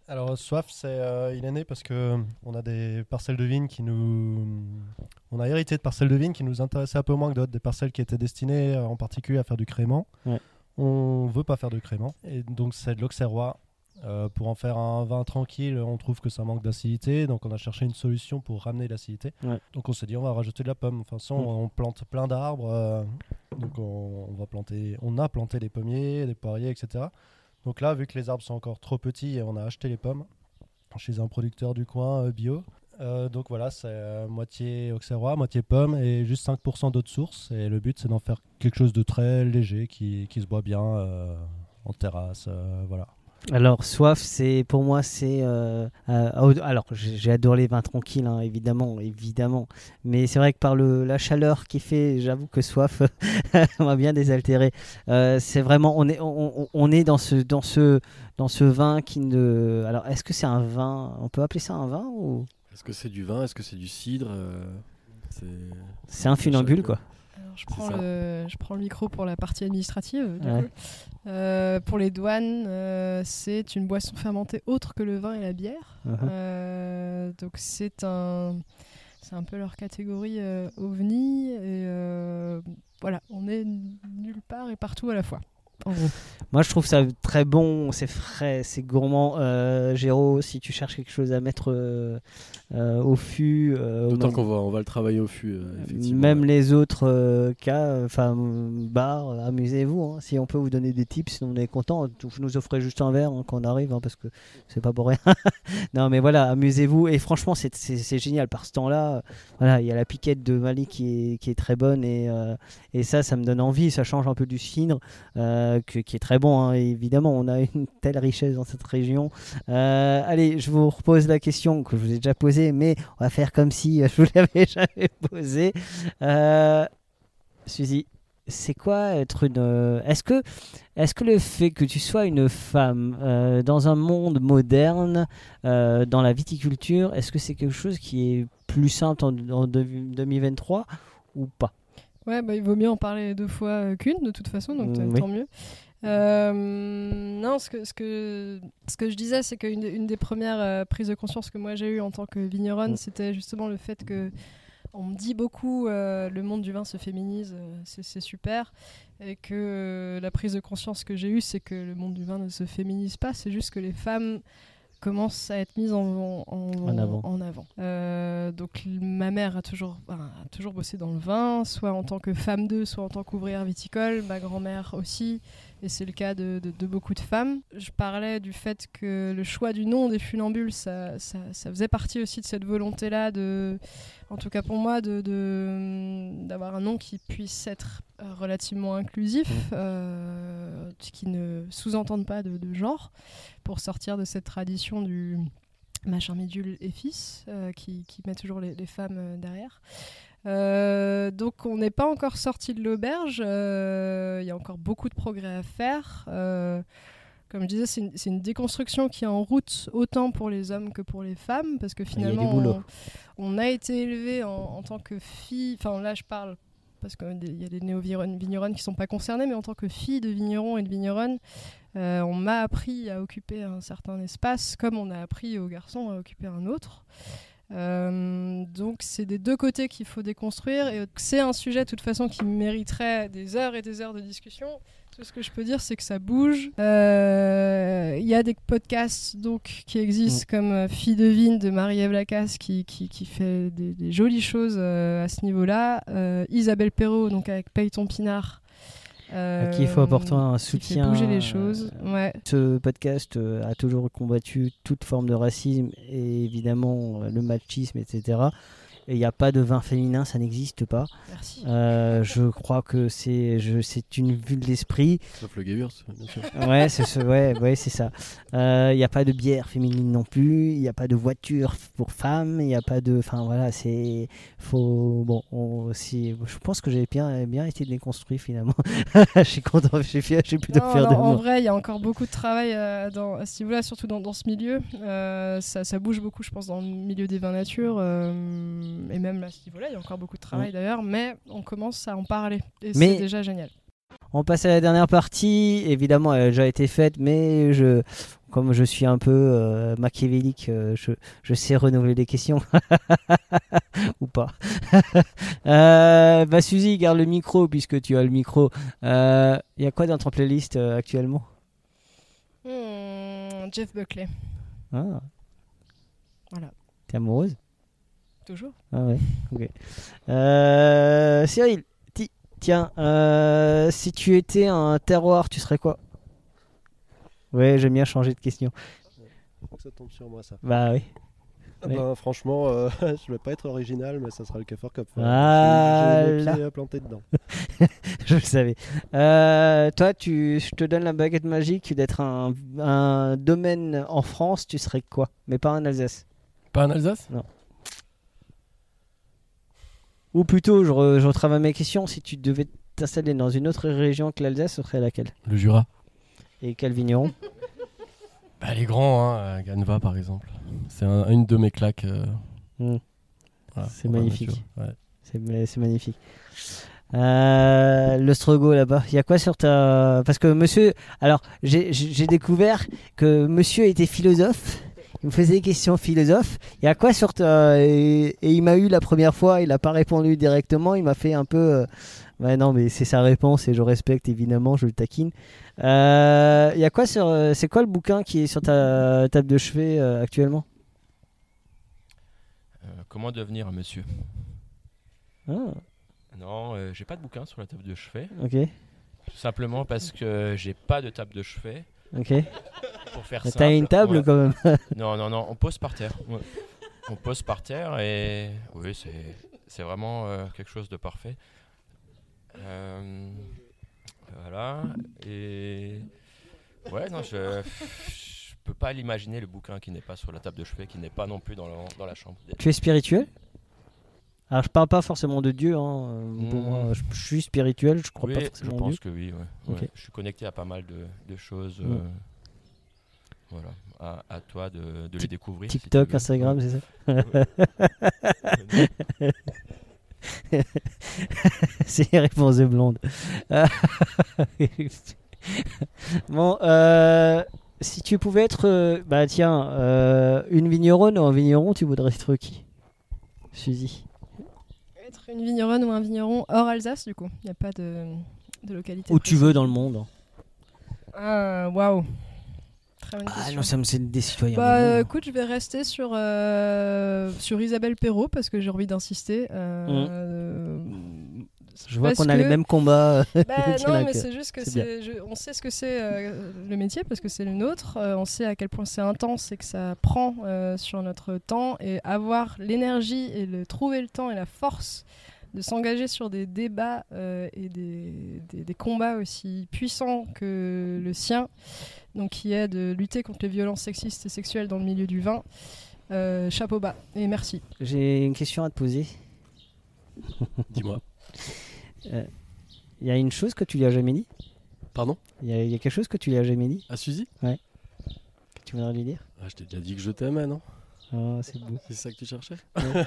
[SPEAKER 10] Alors Soif, c'est, euh, il est né parce que on a des parcelles de vignes qui nous, on a hérité de parcelles de vignes qui nous intéressaient un peu moins que d'autres, des parcelles qui étaient destinées euh, en particulier à faire du crément.
[SPEAKER 5] Ouais.
[SPEAKER 10] On veut pas faire de crément, et donc c'est de l'auxerrois. Euh, pour en faire un vin tranquille, on trouve que ça manque d'acidité, donc on a cherché une solution pour ramener l'acidité.
[SPEAKER 5] Ouais.
[SPEAKER 10] Donc on s'est dit on va rajouter de la pomme. Enfin, ça,
[SPEAKER 5] Mm.
[SPEAKER 10] on, on plante plein d'arbres, euh, donc on, on va planter, on a planté des pommiers, des poiriers, et cetera. Donc là, vu que les arbres sont encore trop petits, on a acheté les pommes chez un producteur du coin euh, bio. Euh, donc voilà, c'est euh, moitié auxerrois, moitié pomme et juste cinq pour cent d'eau de source. Et le but, c'est d'en faire quelque chose de très léger qui, qui se boit bien euh, en terrasse. Euh, voilà.
[SPEAKER 5] Alors, Soif, c'est pour moi, c'est. Euh, euh, alors, j'ai, j'ai adoré les vins tranquilles, hein, évidemment, évidemment. Mais c'est vrai que par le, la chaleur qui fait, j'avoue que Soif m'a bien désaltéré. Euh, c'est vraiment, on est, on, on est dans ce, dans ce, dans ce vin qui ne. Alors, est-ce que c'est un vin? On peut appeler ça un vin ou?
[SPEAKER 9] Est-ce que c'est du vin? Est-ce que c'est du cidre? euh, c'est...
[SPEAKER 5] c'est un funambule, quoi.
[SPEAKER 8] Alors, je, prends le, je prends le micro pour la partie administrative. Du
[SPEAKER 5] Ouais.
[SPEAKER 8] coup. Euh, pour les douanes, euh, c'est une boisson fermentée autre que le vin et la bière.
[SPEAKER 5] Uh-huh.
[SPEAKER 8] Euh, donc c'est un, c'est un peu leur catégorie euh, ovni. Et euh, voilà, on est nulle part et partout à la fois. En gros.
[SPEAKER 5] Moi, je trouve ça très bon, c'est frais, c'est gourmand. Euh, Géraud, si tu cherches quelque chose à mettre euh, euh, au fût, euh,
[SPEAKER 9] D'autant
[SPEAKER 5] même,
[SPEAKER 9] qu'on va, on va le travailler au fût, euh, effectivement.
[SPEAKER 5] même
[SPEAKER 9] ouais.
[SPEAKER 5] les autres euh, cas, enfin bars, euh, amusez-vous. Hein. Si on peut vous donner des tips, on est content. Vous nous offrez juste un verre hein, quand on arrive, hein, parce que c'est pas pour rien. Non, mais voilà, amusez-vous. Et franchement, c'est, c'est, c'est génial. Par ce temps-là, euh, voilà, il y a la piquette de Mali qui est, qui est très bonne et, euh, et ça, ça me donne envie. Ça change un peu du cidre. Euh, Que, qui est très bon, hein. Évidemment, on a une telle richesse dans cette région. Euh, allez, je vous repose la question que je vous ai déjà posée, mais on va faire comme si je vous l'avais jamais posée. Euh, Suzy, c'est quoi être une... Est-ce que, est-ce que le fait que tu sois une femme euh, dans un monde moderne, euh, dans la viticulture, est-ce que c'est quelque chose qui est plus simple en, en deux mille vingt-trois ou pas?
[SPEAKER 8] Ouais, bah, il vaut mieux en parler deux fois euh, qu'une, de toute façon, donc
[SPEAKER 5] Mmh,
[SPEAKER 8] t- tant
[SPEAKER 5] oui.
[SPEAKER 8] mieux. Euh, non, ce que, ce, que, ce que je disais, c'est qu'une des- une des premières euh, prises de conscience que moi j'ai eues en tant que vigneronne,
[SPEAKER 5] Mmh.
[SPEAKER 8] c'était justement le fait que on me dit beaucoup euh, le monde du vin se féminise, euh, c'est, c'est super, et que euh, la prise de conscience que j'ai eue, c'est que le monde du vin ne se féminise pas, c'est juste que les femmes commence à être mise en, en,
[SPEAKER 5] En avant.
[SPEAKER 8] en avant. Euh, donc l- ma mère a toujours, enfin, a toujours bossé dans le vin, soit en tant que femme d'eux, soit en tant qu'ouvrière viticole, ma grand-mère aussi, et c'est le cas de, de, de beaucoup de femmes. Je parlais du fait que le choix du nom des funambules, ça, ça, ça faisait partie aussi de cette volonté-là, de, en tout cas pour moi, de, de, d'avoir un nom qui puisse être euh, relativement inclusif, euh, qui ne sous-entende pas de, de genre, pour sortir de cette tradition du machin midule et fils, euh, qui, qui met toujours les, les femmes euh, derrière. Euh, donc on n'est pas encore sorti de l'auberge, il euh, y a encore beaucoup de progrès à faire. Euh, comme je disais, c'est une, c'est une déconstruction qui est en route autant pour les hommes que pour les femmes, parce que finalement,
[SPEAKER 5] Il y a du boulot.
[SPEAKER 8] on, on a été élevé en, en tant que fille, enfin là je parle parce qu'il y a des néo-vigneronnes qui ne sont pas concernées, mais en tant que fille de vigneron et de vigneronne, euh, on m'a appris à occuper un certain espace, comme on a appris aux garçons à occuper un autre. Euh, donc c'est des deux côtés qu'il faut déconstruire, et c'est un sujet de toute façon qui mériterait des heures et des heures de discussion. Tout ce que je peux dire, c'est que ça bouge. Il euh, y a des podcasts donc, qui existent, mmh. comme euh, Fille de Vigne de Marie-Ève Lacasse, qui, qui, qui fait des, des jolies choses euh, à ce niveau-là. Euh, Isabelle Perrault, donc avec Peyton Pinard.
[SPEAKER 5] Euh, à qui il faut apporter un soutien.
[SPEAKER 8] Qui fait bouger les choses. Ouais.
[SPEAKER 5] Ce podcast euh, a toujours combattu toute forme de racisme et évidemment euh, le machisme, et cetera. Et il n'y a pas de vin féminin, ça n'existe pas.
[SPEAKER 8] Merci.
[SPEAKER 5] Euh, je crois que c'est, je, c'est une vue de l'esprit.
[SPEAKER 9] Sauf le Gewürz, bien sûr.
[SPEAKER 5] Ouais, c'est, ce, ouais, ouais, c'est ça. Il euh, n'y a pas de bière féminine non plus. Il n'y a pas de voiture pour femmes. Il n'y a pas de. Enfin voilà, c'est. Faut. Bon, on, si, je pense que j'ai bien, bien été déconstruit finalement. Je suis content, j'ai fier, j'ai plutôt
[SPEAKER 8] non,
[SPEAKER 5] fier
[SPEAKER 8] non,
[SPEAKER 5] de
[SPEAKER 8] en
[SPEAKER 5] moi.
[SPEAKER 8] En vrai, il y a encore beaucoup de travail euh, dans, à ce niveau-là, surtout dans, dans ce milieu. Euh, ça, ça bouge beaucoup, je pense, dans le milieu des vins nature. Euh, et même à ce niveau-là, il y a encore beaucoup de travail ouais. d'ailleurs, mais on commence à en parler et
[SPEAKER 5] mais
[SPEAKER 8] c'est déjà génial.
[SPEAKER 5] On passe à la dernière partie. Évidemment, elle a déjà été faite, mais je, comme je suis un peu euh, machiavélique, euh, je, je sais renouveler les questions. Ou pas. euh, bah, Suzy, garde le micro puisque tu as le micro. Il euh, y a quoi dans ton playlist euh, actuellement?
[SPEAKER 8] hmm, Jeff Buckley.
[SPEAKER 5] Ah.
[SPEAKER 8] Voilà.
[SPEAKER 5] T'es amoureuse?
[SPEAKER 8] Toujours.
[SPEAKER 5] Ah ouais, ok. Euh, Cyril, ti- tiens, euh, si tu étais un terroir, tu serais quoi? Ouais, j'aime bien changer de question.
[SPEAKER 10] Faut que ça tombe sur moi, ça.
[SPEAKER 5] Bah oui.
[SPEAKER 10] Ah
[SPEAKER 5] oui.
[SPEAKER 10] bah, franchement, euh, je vais pas être original, mais ça sera le Kefir Cup.
[SPEAKER 5] Ah
[SPEAKER 10] J'ai les
[SPEAKER 5] là.
[SPEAKER 10] pieds plantés dedans.
[SPEAKER 5] Je le savais. Euh, toi, tu, je te donne la baguette magique d'être un, un domaine en France, tu serais quoi? Mais pas en Alsace.
[SPEAKER 9] Pas en Alsace?
[SPEAKER 5] Non. Ou plutôt, je, re, je retravaille mes questions. Si tu devais t'installer dans une autre région que l'Alsace, ce serait laquelle?
[SPEAKER 9] Le Jura.
[SPEAKER 5] Et quel vigneron?
[SPEAKER 9] Bah, les grands, hein, Ganva par exemple. C'est un, une de mes claques. Euh...
[SPEAKER 5] Mmh.
[SPEAKER 9] Voilà,
[SPEAKER 5] c'est magnifique.
[SPEAKER 9] Ouais.
[SPEAKER 5] C'est, c'est magnifique. Euh, le Strogo là-bas, il y a quoi sur ta... Parce que monsieur... Alors, j'ai, j'ai découvert que monsieur était philosophe. Il me faisait des questions philosophes. Il y a quoi sur ta... Et, et il m'a eu la première fois, il n'a pas répondu directement. Il m'a fait un peu... Euh... Ouais, non, mais c'est sa réponse et je respecte évidemment, je le taquine. Euh, il y a quoi sur... C'est quoi le bouquin qui est sur ta table de chevet euh, actuellement?
[SPEAKER 12] euh, Comment devenir un monsieur?
[SPEAKER 5] Ah.
[SPEAKER 12] Non, euh, j'ai pas de bouquin sur la table de chevet.
[SPEAKER 5] Ok.
[SPEAKER 12] Tout simplement parce que j'ai pas de table de chevet.
[SPEAKER 5] Ok.
[SPEAKER 12] Pour faire
[SPEAKER 5] T'as
[SPEAKER 12] simple.
[SPEAKER 5] une table
[SPEAKER 12] ouais.
[SPEAKER 5] quand même.
[SPEAKER 12] Non, non, non, on pose par terre. Ouais. On pose par terre et oui, c'est, c'est vraiment euh, quelque chose de parfait. Euh, voilà. Et ouais, non, je, je peux pas l'imaginer le bouquin qui n'est pas sur la table de chevet, qui n'est pas non plus dans la, dans la chambre.
[SPEAKER 5] Tu es spirituel? Alors je parle pas forcément de Dieu, hein. Pour
[SPEAKER 12] Mmh.
[SPEAKER 5] moi, je, je suis spirituel, je crois
[SPEAKER 12] oui,
[SPEAKER 5] pas forcément
[SPEAKER 12] je
[SPEAKER 5] en
[SPEAKER 12] pense
[SPEAKER 5] Dieu.
[SPEAKER 12] que oui, ouais.
[SPEAKER 5] Ok.
[SPEAKER 12] Ouais. Je suis connecté à pas mal de, de choses.
[SPEAKER 5] Mmh.
[SPEAKER 12] Euh, voilà, à, à toi de, de les découvrir.
[SPEAKER 5] TikTok,
[SPEAKER 12] si tu veux.
[SPEAKER 5] Instagram,
[SPEAKER 12] Ouais.
[SPEAKER 5] c'est ça? C'est les réponses de blonde. Bon, euh, si tu pouvais être, euh, bah tiens, euh, une vigneronne ou un vigneron, tu voudrais être qui? Suzy.
[SPEAKER 8] Être une vigneronne ou un vigneron hors Alsace, du coup. Il n'y a pas de, de localité.
[SPEAKER 5] Où tu veux dans le monde.
[SPEAKER 8] Ah, waouh. Très bonne
[SPEAKER 5] Ah
[SPEAKER 8] question.
[SPEAKER 5] non, ça me c'est des citoyens.
[SPEAKER 8] Bah
[SPEAKER 5] du monde.
[SPEAKER 8] écoute, je vais rester sur, euh, sur Isabelle Perrault parce que j'ai envie d'insister. Euh,
[SPEAKER 5] Mmh.
[SPEAKER 8] euh,
[SPEAKER 5] Je vois
[SPEAKER 8] parce
[SPEAKER 5] qu'on a les
[SPEAKER 8] que-
[SPEAKER 5] mêmes combats.
[SPEAKER 8] Bah,
[SPEAKER 5] Tiens,
[SPEAKER 8] non,
[SPEAKER 5] là,
[SPEAKER 8] mais
[SPEAKER 5] que-
[SPEAKER 8] c'est juste que
[SPEAKER 5] c'est
[SPEAKER 8] c'est, je- on sait ce que c'est euh, le métier parce que c'est le nôtre. Euh, on sait à quel point c'est intense et que ça prend euh, sur notre temps. Et avoir l'énergie et le, trouver le temps et la force de s'engager sur des débats euh, et des, des, des combats aussi puissants que le sien, donc qui est de lutter contre les violences sexistes et sexuelles dans le milieu du vin. Euh, chapeau bas et merci.
[SPEAKER 5] J'ai une question à te poser.
[SPEAKER 9] Dis-moi.
[SPEAKER 5] Il euh, y a une chose que tu lui as jamais dit?
[SPEAKER 9] Pardon?
[SPEAKER 5] Il y, y a quelque chose que tu lui as jamais dit?
[SPEAKER 9] À Suzy?
[SPEAKER 5] Ouais. Que tu voudrais lui dire?
[SPEAKER 9] Ah, je t'ai déjà dit que je t'aimais, non?
[SPEAKER 5] Oh, c'est beau.
[SPEAKER 9] C'est ça que tu cherchais?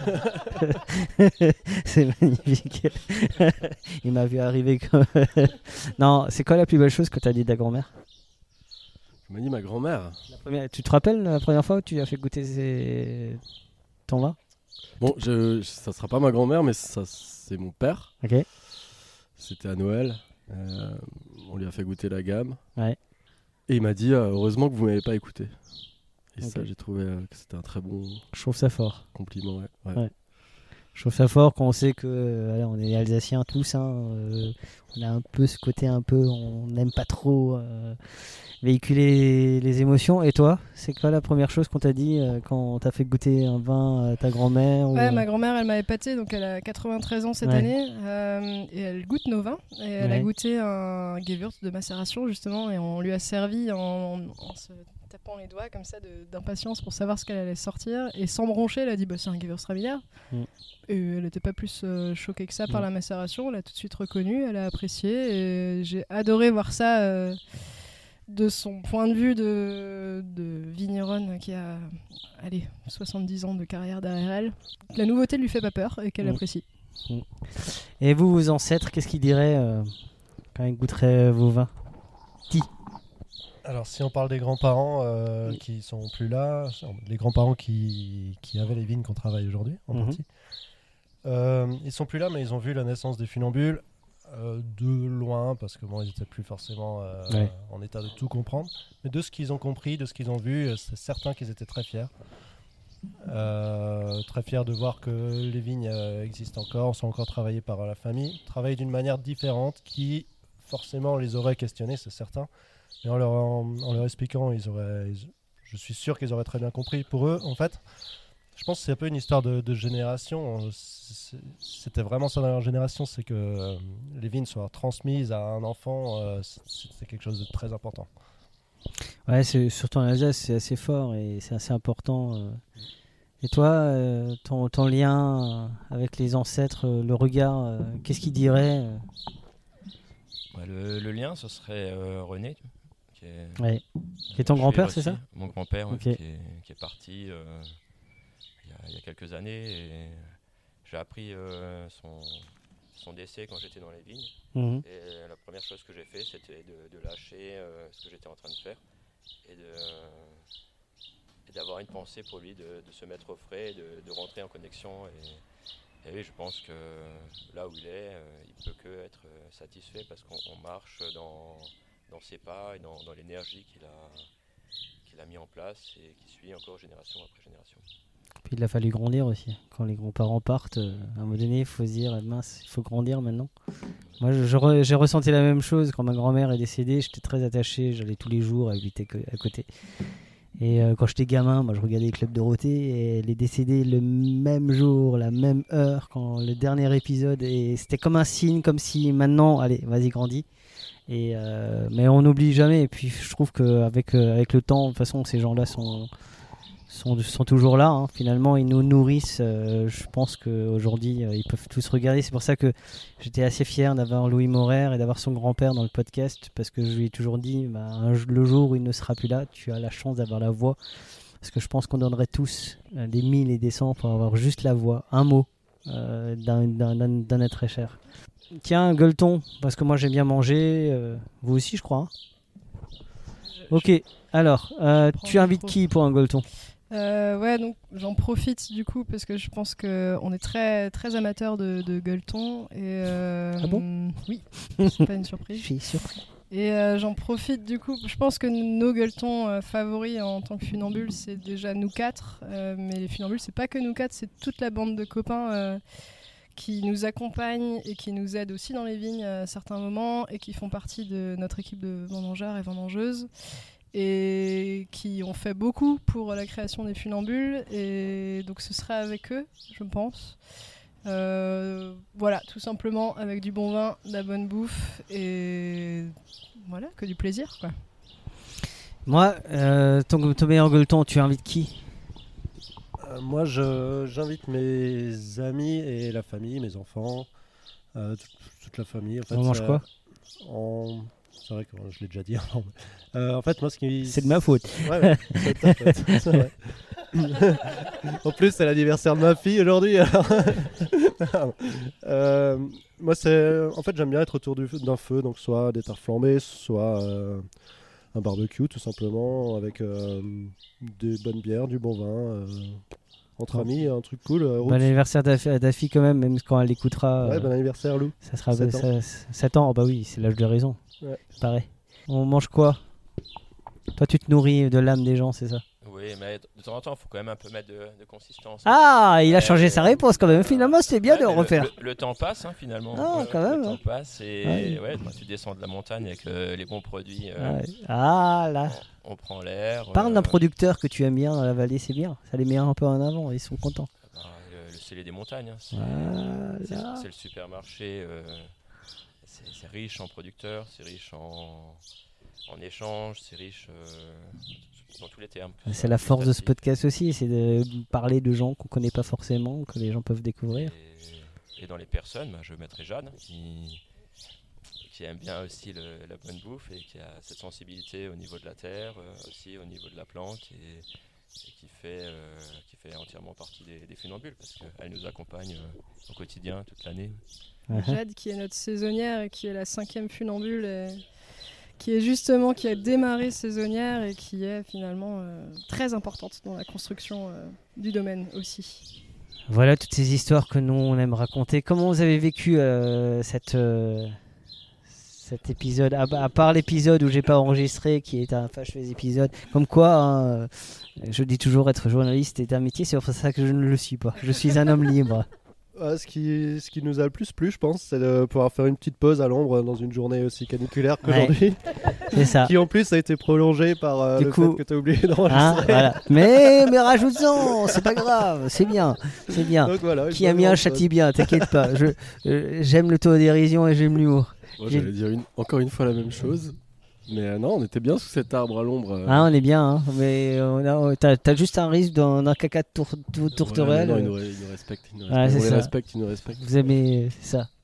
[SPEAKER 5] C'est magnifique. Il m'a vu arriver comme... Non, c'est quoi la plus belle chose que tu as dit de ta grand-mère?
[SPEAKER 9] Tu m'as dit ma grand-mère.
[SPEAKER 5] La première... Tu te rappelles la première fois où tu lui as fait goûter ses... ton vin?
[SPEAKER 9] Bon, je, ça sera pas ma grand-mère, mais ça, c'est mon père.
[SPEAKER 5] Ok.
[SPEAKER 9] C'était à Noël. Euh, on lui a fait goûter la gamme.
[SPEAKER 5] Ouais.
[SPEAKER 9] Et il m'a dit euh, heureusement que vous m'avez pas écouté. Et
[SPEAKER 5] Ok.
[SPEAKER 9] ça, j'ai trouvé euh, que c'était un très bon
[SPEAKER 5] Je trouve ça fort.
[SPEAKER 9] compliment. Ouais. Ouais.
[SPEAKER 5] Ouais. Je trouve ça fort quand on sait que euh, voilà, on est alsaciens tous, hein, euh, on a un peu ce côté un peu, on n'aime pas trop euh, véhiculer les émotions. Et toi, c'est quoi la première chose qu'on t'a dit euh, quand t'as fait goûter un vin à ta grand-mère ou,
[SPEAKER 8] Ouais,
[SPEAKER 5] euh,
[SPEAKER 8] ma grand-mère, elle m'a épaté, donc elle a quatre-vingt-treize ans cette
[SPEAKER 5] Ouais.
[SPEAKER 8] année, euh, et elle goûte nos vins. Et elle a
[SPEAKER 5] Ouais.
[SPEAKER 8] goûté un Gewürz de macération, justement, et on lui a servi en, en se tapant les doigts comme ça de- d'impatience pour savoir ce qu'elle allait sortir. Et sans broncher, elle a dit bah, c'est un Gewürztraminer.
[SPEAKER 5] Mm.
[SPEAKER 8] Et elle n'était pas plus euh, choquée que ça par
[SPEAKER 5] Mm.
[SPEAKER 8] la macération. Elle a tout de suite reconnu, elle a apprécié. Et j'ai adoré voir ça euh, de son point de vue de, de vigneronne qui a allez, soixante-dix ans de carrière derrière elle. La nouveauté ne lui fait pas peur et qu'elle
[SPEAKER 5] Mm.
[SPEAKER 8] apprécie.
[SPEAKER 5] Mm. Et vous, vos ancêtres, qu'est-ce qu'ils diraient euh, quand ils goûteraient vos vins. Ti.
[SPEAKER 10] Alors, si on parle des grands-parents euh, oui. qui sont plus là, les grands-parents qui, qui avaient les vignes qu'on travaille aujourd'hui, en mm-hmm. partie, euh, ils sont plus là, mais ils ont vu la naissance des funambules euh, de loin, parce que bon, ils n'étaient plus forcément euh, ouais. en état de tout comprendre. Mais de ce qu'ils ont compris, de ce qu'ils ont vu, c'est certain qu'ils étaient très fiers. Euh, très fiers de voir que les vignes euh, existent encore, sont encore travaillées par la famille, travaillées d'une manière différente, qui forcément les aurait questionnés, c'est certain. Et en leur, en, en leur expliquant, ils auraient, ils, je suis sûr qu'ils auraient très bien compris. Pour eux, en fait, je pense que c'est un peu une histoire de, de génération. C'est, c'était vraiment ça dans leur génération, c'est que euh, les vignes soient transmises à un enfant, euh, c'est, c'est quelque chose de très important.
[SPEAKER 5] Ouais, c'est, surtout en Alsace, c'est assez fort et c'est assez important. Euh. Et toi, euh, ton, ton lien avec les ancêtres, le regard, euh, qu'est-ce qu'ils diraient euh
[SPEAKER 12] ouais, le, le lien, ce serait euh, René. Qui est,
[SPEAKER 5] ouais. qui est ton grand-père, c'est ça?
[SPEAKER 12] Mon grand-père,
[SPEAKER 5] okay.
[SPEAKER 12] ouais, qui, est, qui est parti euh, il, y a, il y a quelques années. Et j'ai appris euh, son, son décès quand j'étais dans les vignes. Mmh. Et la première chose que j'ai fait, c'était de, de lâcher euh, ce que j'étais en train de faire et, de, et d'avoir une pensée pour lui, de, de se mettre au frais, de, de rentrer en connexion. Et, et oui, je pense que là où il est, euh, il peut que être satisfait parce qu'on on marche dans... dans ses pas et dans, dans l'énergie qu'il a, qu'il a mis en place et qui suit encore génération après génération.
[SPEAKER 5] Puis il a fallu grandir aussi. Quand les grands-parents partent, euh, à un moment donné, il faut se dire, mince, il faut grandir maintenant. Moi, je, je re, j'ai ressenti la même chose quand ma grand-mère est décédée. J'étais très attaché, j'allais tous les jours habiter à côté. Et euh, quand j'étais gamin, moi, je regardais les clubs Dorothée et elle est décédée le même jour, la même heure, quand le dernier épisode. Et c'était comme un signe, comme si maintenant, allez, vas-y, grandis. Et euh, mais on n'oublie jamais. Et puis je trouve qu'avec euh, avec le temps, de toute façon, ces gens-là sont, sont, sont toujours là. Hein. Finalement, ils nous nourrissent. Euh, je pense qu'aujourd'hui, euh, ils peuvent tous regarder. C'est pour ça que j'étais assez fier d'avoir Louis Maurer et d'avoir son grand-père dans le podcast. Parce que je lui ai toujours dit, bah, un, le jour où il ne sera plus là, tu as la chance d'avoir la voix. Parce que je pense qu'on donnerait tous euh, des mille et des cents pour avoir juste la voix, un mot euh, d'un, d'un, d'un, d'un être très cher. Tiens, gueuleton, parce que moi j'aime bien manger, euh, vous aussi je crois. Hein ok, alors, euh, tu invites qui pour un gueuleton?
[SPEAKER 8] euh, Ouais, donc j'en profite du coup parce que je pense qu'on est très, très amateurs de, de gueuleton. Et, euh,
[SPEAKER 5] ah bon?
[SPEAKER 8] Oui, c'est pas une surprise.
[SPEAKER 5] Je suis surpris.
[SPEAKER 8] Et euh, j'en profite du coup, je pense que nos gueuletons euh, favoris en tant que funambules, c'est déjà nous quatre. Euh, mais les funambules, c'est pas que nous quatre, c'est toute la bande de copains euh, qui nous accompagnent et qui nous aident aussi dans les vignes à certains moments et qui font partie de notre équipe de vendangeurs et vendangeuses et qui ont fait beaucoup pour la création des funambules. Et donc ce sera avec eux, je pense. Euh, voilà, tout simplement avec du bon vin, de la bonne bouffe et voilà, que du plaisir, quoi.
[SPEAKER 5] Moi, euh, ton, ton meilleur gueuleton, tu invites qui?
[SPEAKER 10] euh, Moi, je, j'invite mes amis et la famille, mes enfants, euh, toute, toute la famille. En fait,
[SPEAKER 5] on mange quoi?
[SPEAKER 10] en... C'est vrai que je l'ai déjà dit avant. Euh, en fait, moi, ce qui...
[SPEAKER 5] C'est de ma faute.
[SPEAKER 10] Ouais, ouais, c'est, en fait, c'est vrai. En plus, c'est l'anniversaire de ma fille aujourd'hui. Alors... euh, moi, c'est en fait, j'aime bien être autour du, d'un feu, donc soit des tartes flambées, soit euh, un barbecue, tout simplement, avec euh, des bonnes bières, du bon vin, euh, entre amis, un truc cool. Euh,
[SPEAKER 5] bon anniversaire à ta fille quand même, même quand elle l'écoutera.
[SPEAKER 10] Ouais,
[SPEAKER 5] euh,
[SPEAKER 10] bon anniversaire, Lou.
[SPEAKER 5] Ça sera
[SPEAKER 10] sept ans.
[SPEAKER 5] sept ans. Oh, bah oui, c'est l'âge de raison.
[SPEAKER 10] Ouais.
[SPEAKER 5] Pareil. On mange quoi? Toi, tu te nourris de l'âme des gens, c'est ça?
[SPEAKER 12] Oui, mais de temps en temps, il faut quand même un peu mettre de, de consistance.
[SPEAKER 5] Ah, il a
[SPEAKER 12] euh,
[SPEAKER 5] changé sa réponse quand même. Finalement, c'est bien
[SPEAKER 12] ouais,
[SPEAKER 5] de le refaire.
[SPEAKER 12] Le, le, le temps passe, hein, finalement.
[SPEAKER 5] Ah,
[SPEAKER 12] euh,
[SPEAKER 5] quand même.
[SPEAKER 12] Le
[SPEAKER 5] hein.
[SPEAKER 12] temps passe et
[SPEAKER 5] ouais.
[SPEAKER 12] Ouais, quand tu descends de la montagne avec euh, les bons produits, euh,
[SPEAKER 5] ouais. Ah là.
[SPEAKER 12] On, on prend l'air.
[SPEAKER 5] Parle
[SPEAKER 12] euh,
[SPEAKER 5] d'un producteur que tu aimes bien dans la vallée, c'est bien. Ça les met un peu en avant, ils sont contents.
[SPEAKER 12] Ben, le, le Cellier des montagnes, hein, c'est,
[SPEAKER 5] voilà.
[SPEAKER 12] c'est, c'est le supermarché. Euh, c'est, c'est riche en producteurs, c'est riche en, en échanges, c'est riche. Euh, dans tous les termes.
[SPEAKER 5] C'est la force de ce podcast aussi, c'est de parler de gens qu'on connaît pas forcément, que les gens peuvent découvrir.
[SPEAKER 12] Et, et dans les personnes, bah, je mettrai Jeanne, qui, qui aime bien aussi le, la bonne bouffe et qui a cette sensibilité au niveau de la terre, euh, aussi au niveau de la plante, et, et qui fait, euh, qui fait entièrement partie des, des funambules parce qu'elle nous accompagne euh, au quotidien toute l'année.
[SPEAKER 8] Jade qui est notre saisonnière et qui est la cinquième funambule et qui est justement qui a démarré saisonnière et qui est finalement euh, très importante dans la construction euh, du domaine aussi.
[SPEAKER 5] Voilà toutes ces histoires que nous on aime raconter. Comment vous avez vécu euh, cette, euh, cet épisode, à, à part l'épisode où j'ai pas enregistré, qui est un fâcheux épisode. Comme quoi, hein, je dis toujours être journaliste est un métier, c'est pour ça que je ne le suis pas. Je suis un homme libre.
[SPEAKER 9] Ah, ce, qui, ce qui nous a le plus plu, je pense, c'est de pouvoir faire une petite pause à l'ombre dans une journée aussi caniculaire qu'aujourd'hui.
[SPEAKER 5] Ouais, c'est ça.
[SPEAKER 9] Qui en plus a été prolongée par euh, le coup, fait que tu as oublié d'enregistrer.
[SPEAKER 5] Hein, voilà. Mais, mais rajoute-en, c'est pas grave, c'est bien. C'est bien. Donc, voilà, qui aime bien châtie bien, t'inquiète pas. Je, euh, j'aime l'autodérision et j'aime l'humour.
[SPEAKER 9] Moi, j'allais dire une, encore une fois la même chose. Mais euh, non, on était bien sous cet arbre à l'ombre. Euh...
[SPEAKER 5] Ah, on est bien, hein. Mais on a, t'as, t'as juste un risque d'un, d'un caca de tour, tour, tourterelle.
[SPEAKER 9] Ouais, non, non, il, nous, il nous respecte, il nous respecte. Ah, on les respecte, il nous respecte.
[SPEAKER 5] Vous aimez, c'est ça.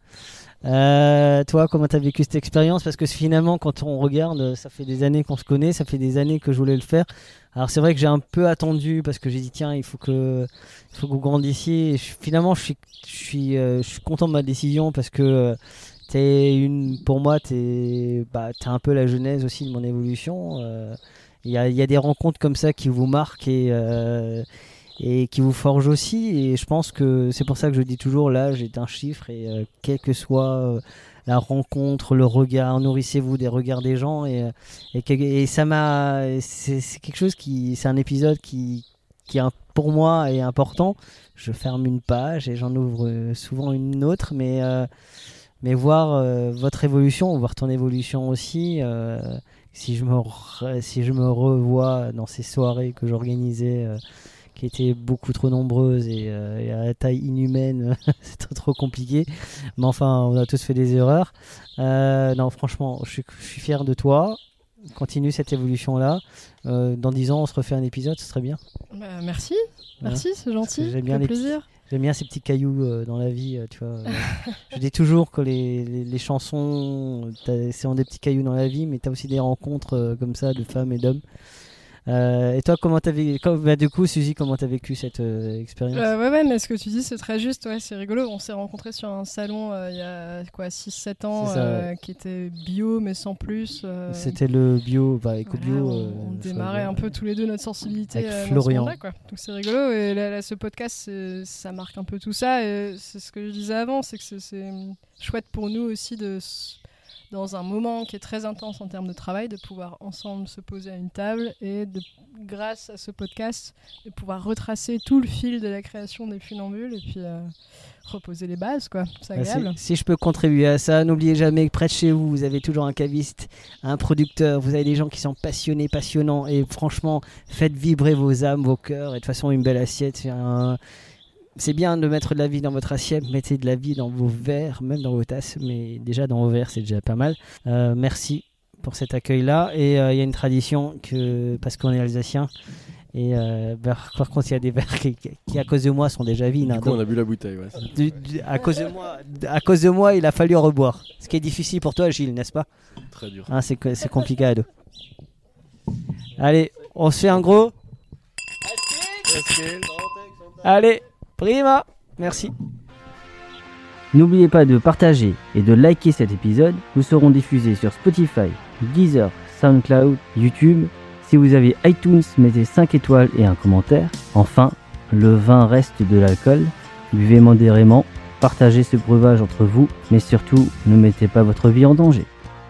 [SPEAKER 5] Euh, toi, comment t'as vécu cette expérience? Parce que finalement, quand on regarde, ça fait des années qu'on se connaît, ça fait des années que je voulais le faire. Alors c'est vrai que j'ai un peu attendu parce que j'ai dit tiens, il faut que, il faut que vous grandissiez. Et je, finalement, je suis, je suis, euh, je suis content de ma décision parce que. Euh, T'es une, pour moi, t'es, bah, t'es un peu la genèse aussi de mon évolution. Il euh, y, a, y a des rencontres comme ça qui vous marquent et, euh, et qui vous forgent aussi. Et je pense que c'est pour ça que je dis toujours l'âge est un chiffre. Et euh, quelle que soit euh, la rencontre, le regard, nourrissez-vous des regards des gens. Et, et, et ça m'a, c'est, c'est quelque chose qui, c'est un épisode qui, qui pour moi est important. Je ferme une page et j'en ouvre souvent une autre, mais euh, Mais voir euh, votre évolution, voir ton évolution aussi, euh, si, je me re- si je me revois dans ces soirées que j'organisais, euh, qui étaient beaucoup trop nombreuses et, euh, et à la taille inhumaine, c'est trop, trop compliqué. Mais enfin, on a tous fait des erreurs. Euh, non, franchement, je suis, je suis fier de toi. Continue cette évolution-là. Euh, dans dix ans, on se refait un épisode, ce serait bien.
[SPEAKER 8] Bah, merci, merci, ouais. C'est gentil,
[SPEAKER 5] j'aime bien
[SPEAKER 8] ça fait
[SPEAKER 5] les
[SPEAKER 8] plaisir.
[SPEAKER 5] Petits... J'aime bien ces petits cailloux euh, dans la vie, euh, tu vois. Euh, je dis toujours que les, les, les chansons, c'est des petits cailloux dans la vie, mais tu as aussi des rencontres euh, comme ça de femmes et d'hommes. Euh, et toi, comment t'as vécu, bah, du coup, Suzy, comment t'as vécu cette euh, expérience?
[SPEAKER 8] euh, Ouais, ouais, mais ce que tu dis, c'est très juste. Ouais, c'est rigolo. On s'est rencontrés sur un salon euh, il y a quoi, six sept ans, ça, euh, ouais. Qui était bio, mais sans plus. Euh...
[SPEAKER 5] C'était le bio, bah, éco-bio.
[SPEAKER 8] Voilà, on,
[SPEAKER 5] euh,
[SPEAKER 8] on démarrait un peu tous les deux notre sensibilité
[SPEAKER 5] avec
[SPEAKER 8] euh,
[SPEAKER 5] Florian.
[SPEAKER 8] Dans ce quoi. Donc c'est rigolo. Et là, là ce podcast, ça marque un peu tout ça. Et c'est ce que je disais avant, c'est que c'est, c'est chouette pour nous aussi de. Dans un moment qui est très intense en termes de travail, de pouvoir ensemble se poser à une table et de, grâce à ce podcast, de pouvoir retracer tout le fil de la création des funambules et puis euh, reposer les bases, quoi. C'est agréable.
[SPEAKER 5] Bah, si, si je peux contribuer à ça, n'oubliez jamais que près de chez vous, vous avez toujours un caviste, un producteur, vous avez des gens qui sont passionnés, passionnants et franchement, faites vibrer vos âmes, vos cœurs et de toute façon, une belle assiette, c'est un... C'est bien de mettre de la vie dans votre assiette, mettez de la vie dans vos verres, même dans vos tasses, mais déjà dans vos verres, c'est déjà pas mal. Euh, merci pour cet accueil-là. Et il euh, y a une tradition, que, parce qu'on est alsacien, et euh, bah, par contre, il y a des verres qui, qui, à cause de moi, sont déjà vides.
[SPEAKER 9] Du
[SPEAKER 5] hein,
[SPEAKER 9] coup,
[SPEAKER 5] donc,
[SPEAKER 9] on a bu la bouteille. Ouais.
[SPEAKER 5] Du, du, à, cause de moi, à cause de moi, il a fallu en reboire. Ce qui est difficile pour toi, Gilles, n'est-ce pas?
[SPEAKER 9] Très dur.
[SPEAKER 5] Hein, c'est, c'est compliqué à deux. Allez, on se fait un gros. Allez. Prima, merci. N'oubliez pas de partager et de liker cet épisode. Nous serons diffusés sur Spotify, Deezer, SoundCloud, YouTube. Si vous avez iTunes, mettez cinq étoiles et un commentaire. Enfin, le vin reste de l'alcool. Buvez modérément, partagez ce breuvage entre vous, mais surtout, ne mettez pas votre vie en danger.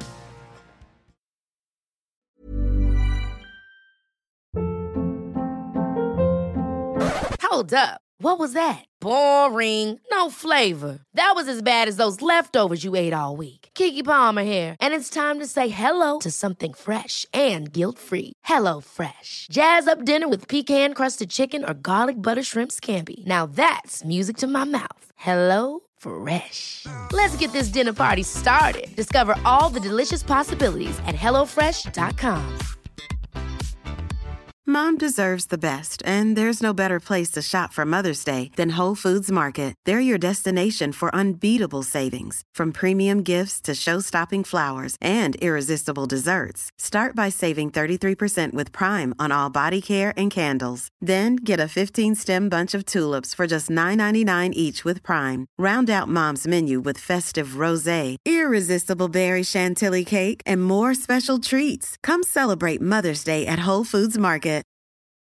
[SPEAKER 13] Hold up. What was that? Boring. No flavor. That was as bad as those leftovers you ate all week. Keke Palmer here, and it's time to say hello to something fresh and guilt-free. Hello Fresh. Jazz up dinner with pecan-crusted chicken or garlic butter shrimp scampi. Now that's music to my mouth. Hello Fresh. Let's get this dinner party started. Discover all the delicious possibilities at hello fresh dot com.
[SPEAKER 14] Mom deserves the best, and there's no better place to shop for Mother's Day than Whole Foods Market. They're your destination for unbeatable savings, from premium gifts to show-stopping flowers and irresistible desserts. Start by saving thirty-three percent with Prime on all body care and candles. Then get a fifteen-stem bunch of tulips for just nine ninety-nine each with Prime. Round out Mom's menu with festive rosé, irresistible berry chantilly cake, and more special treats. Come celebrate Mother's Day at Whole Foods Market.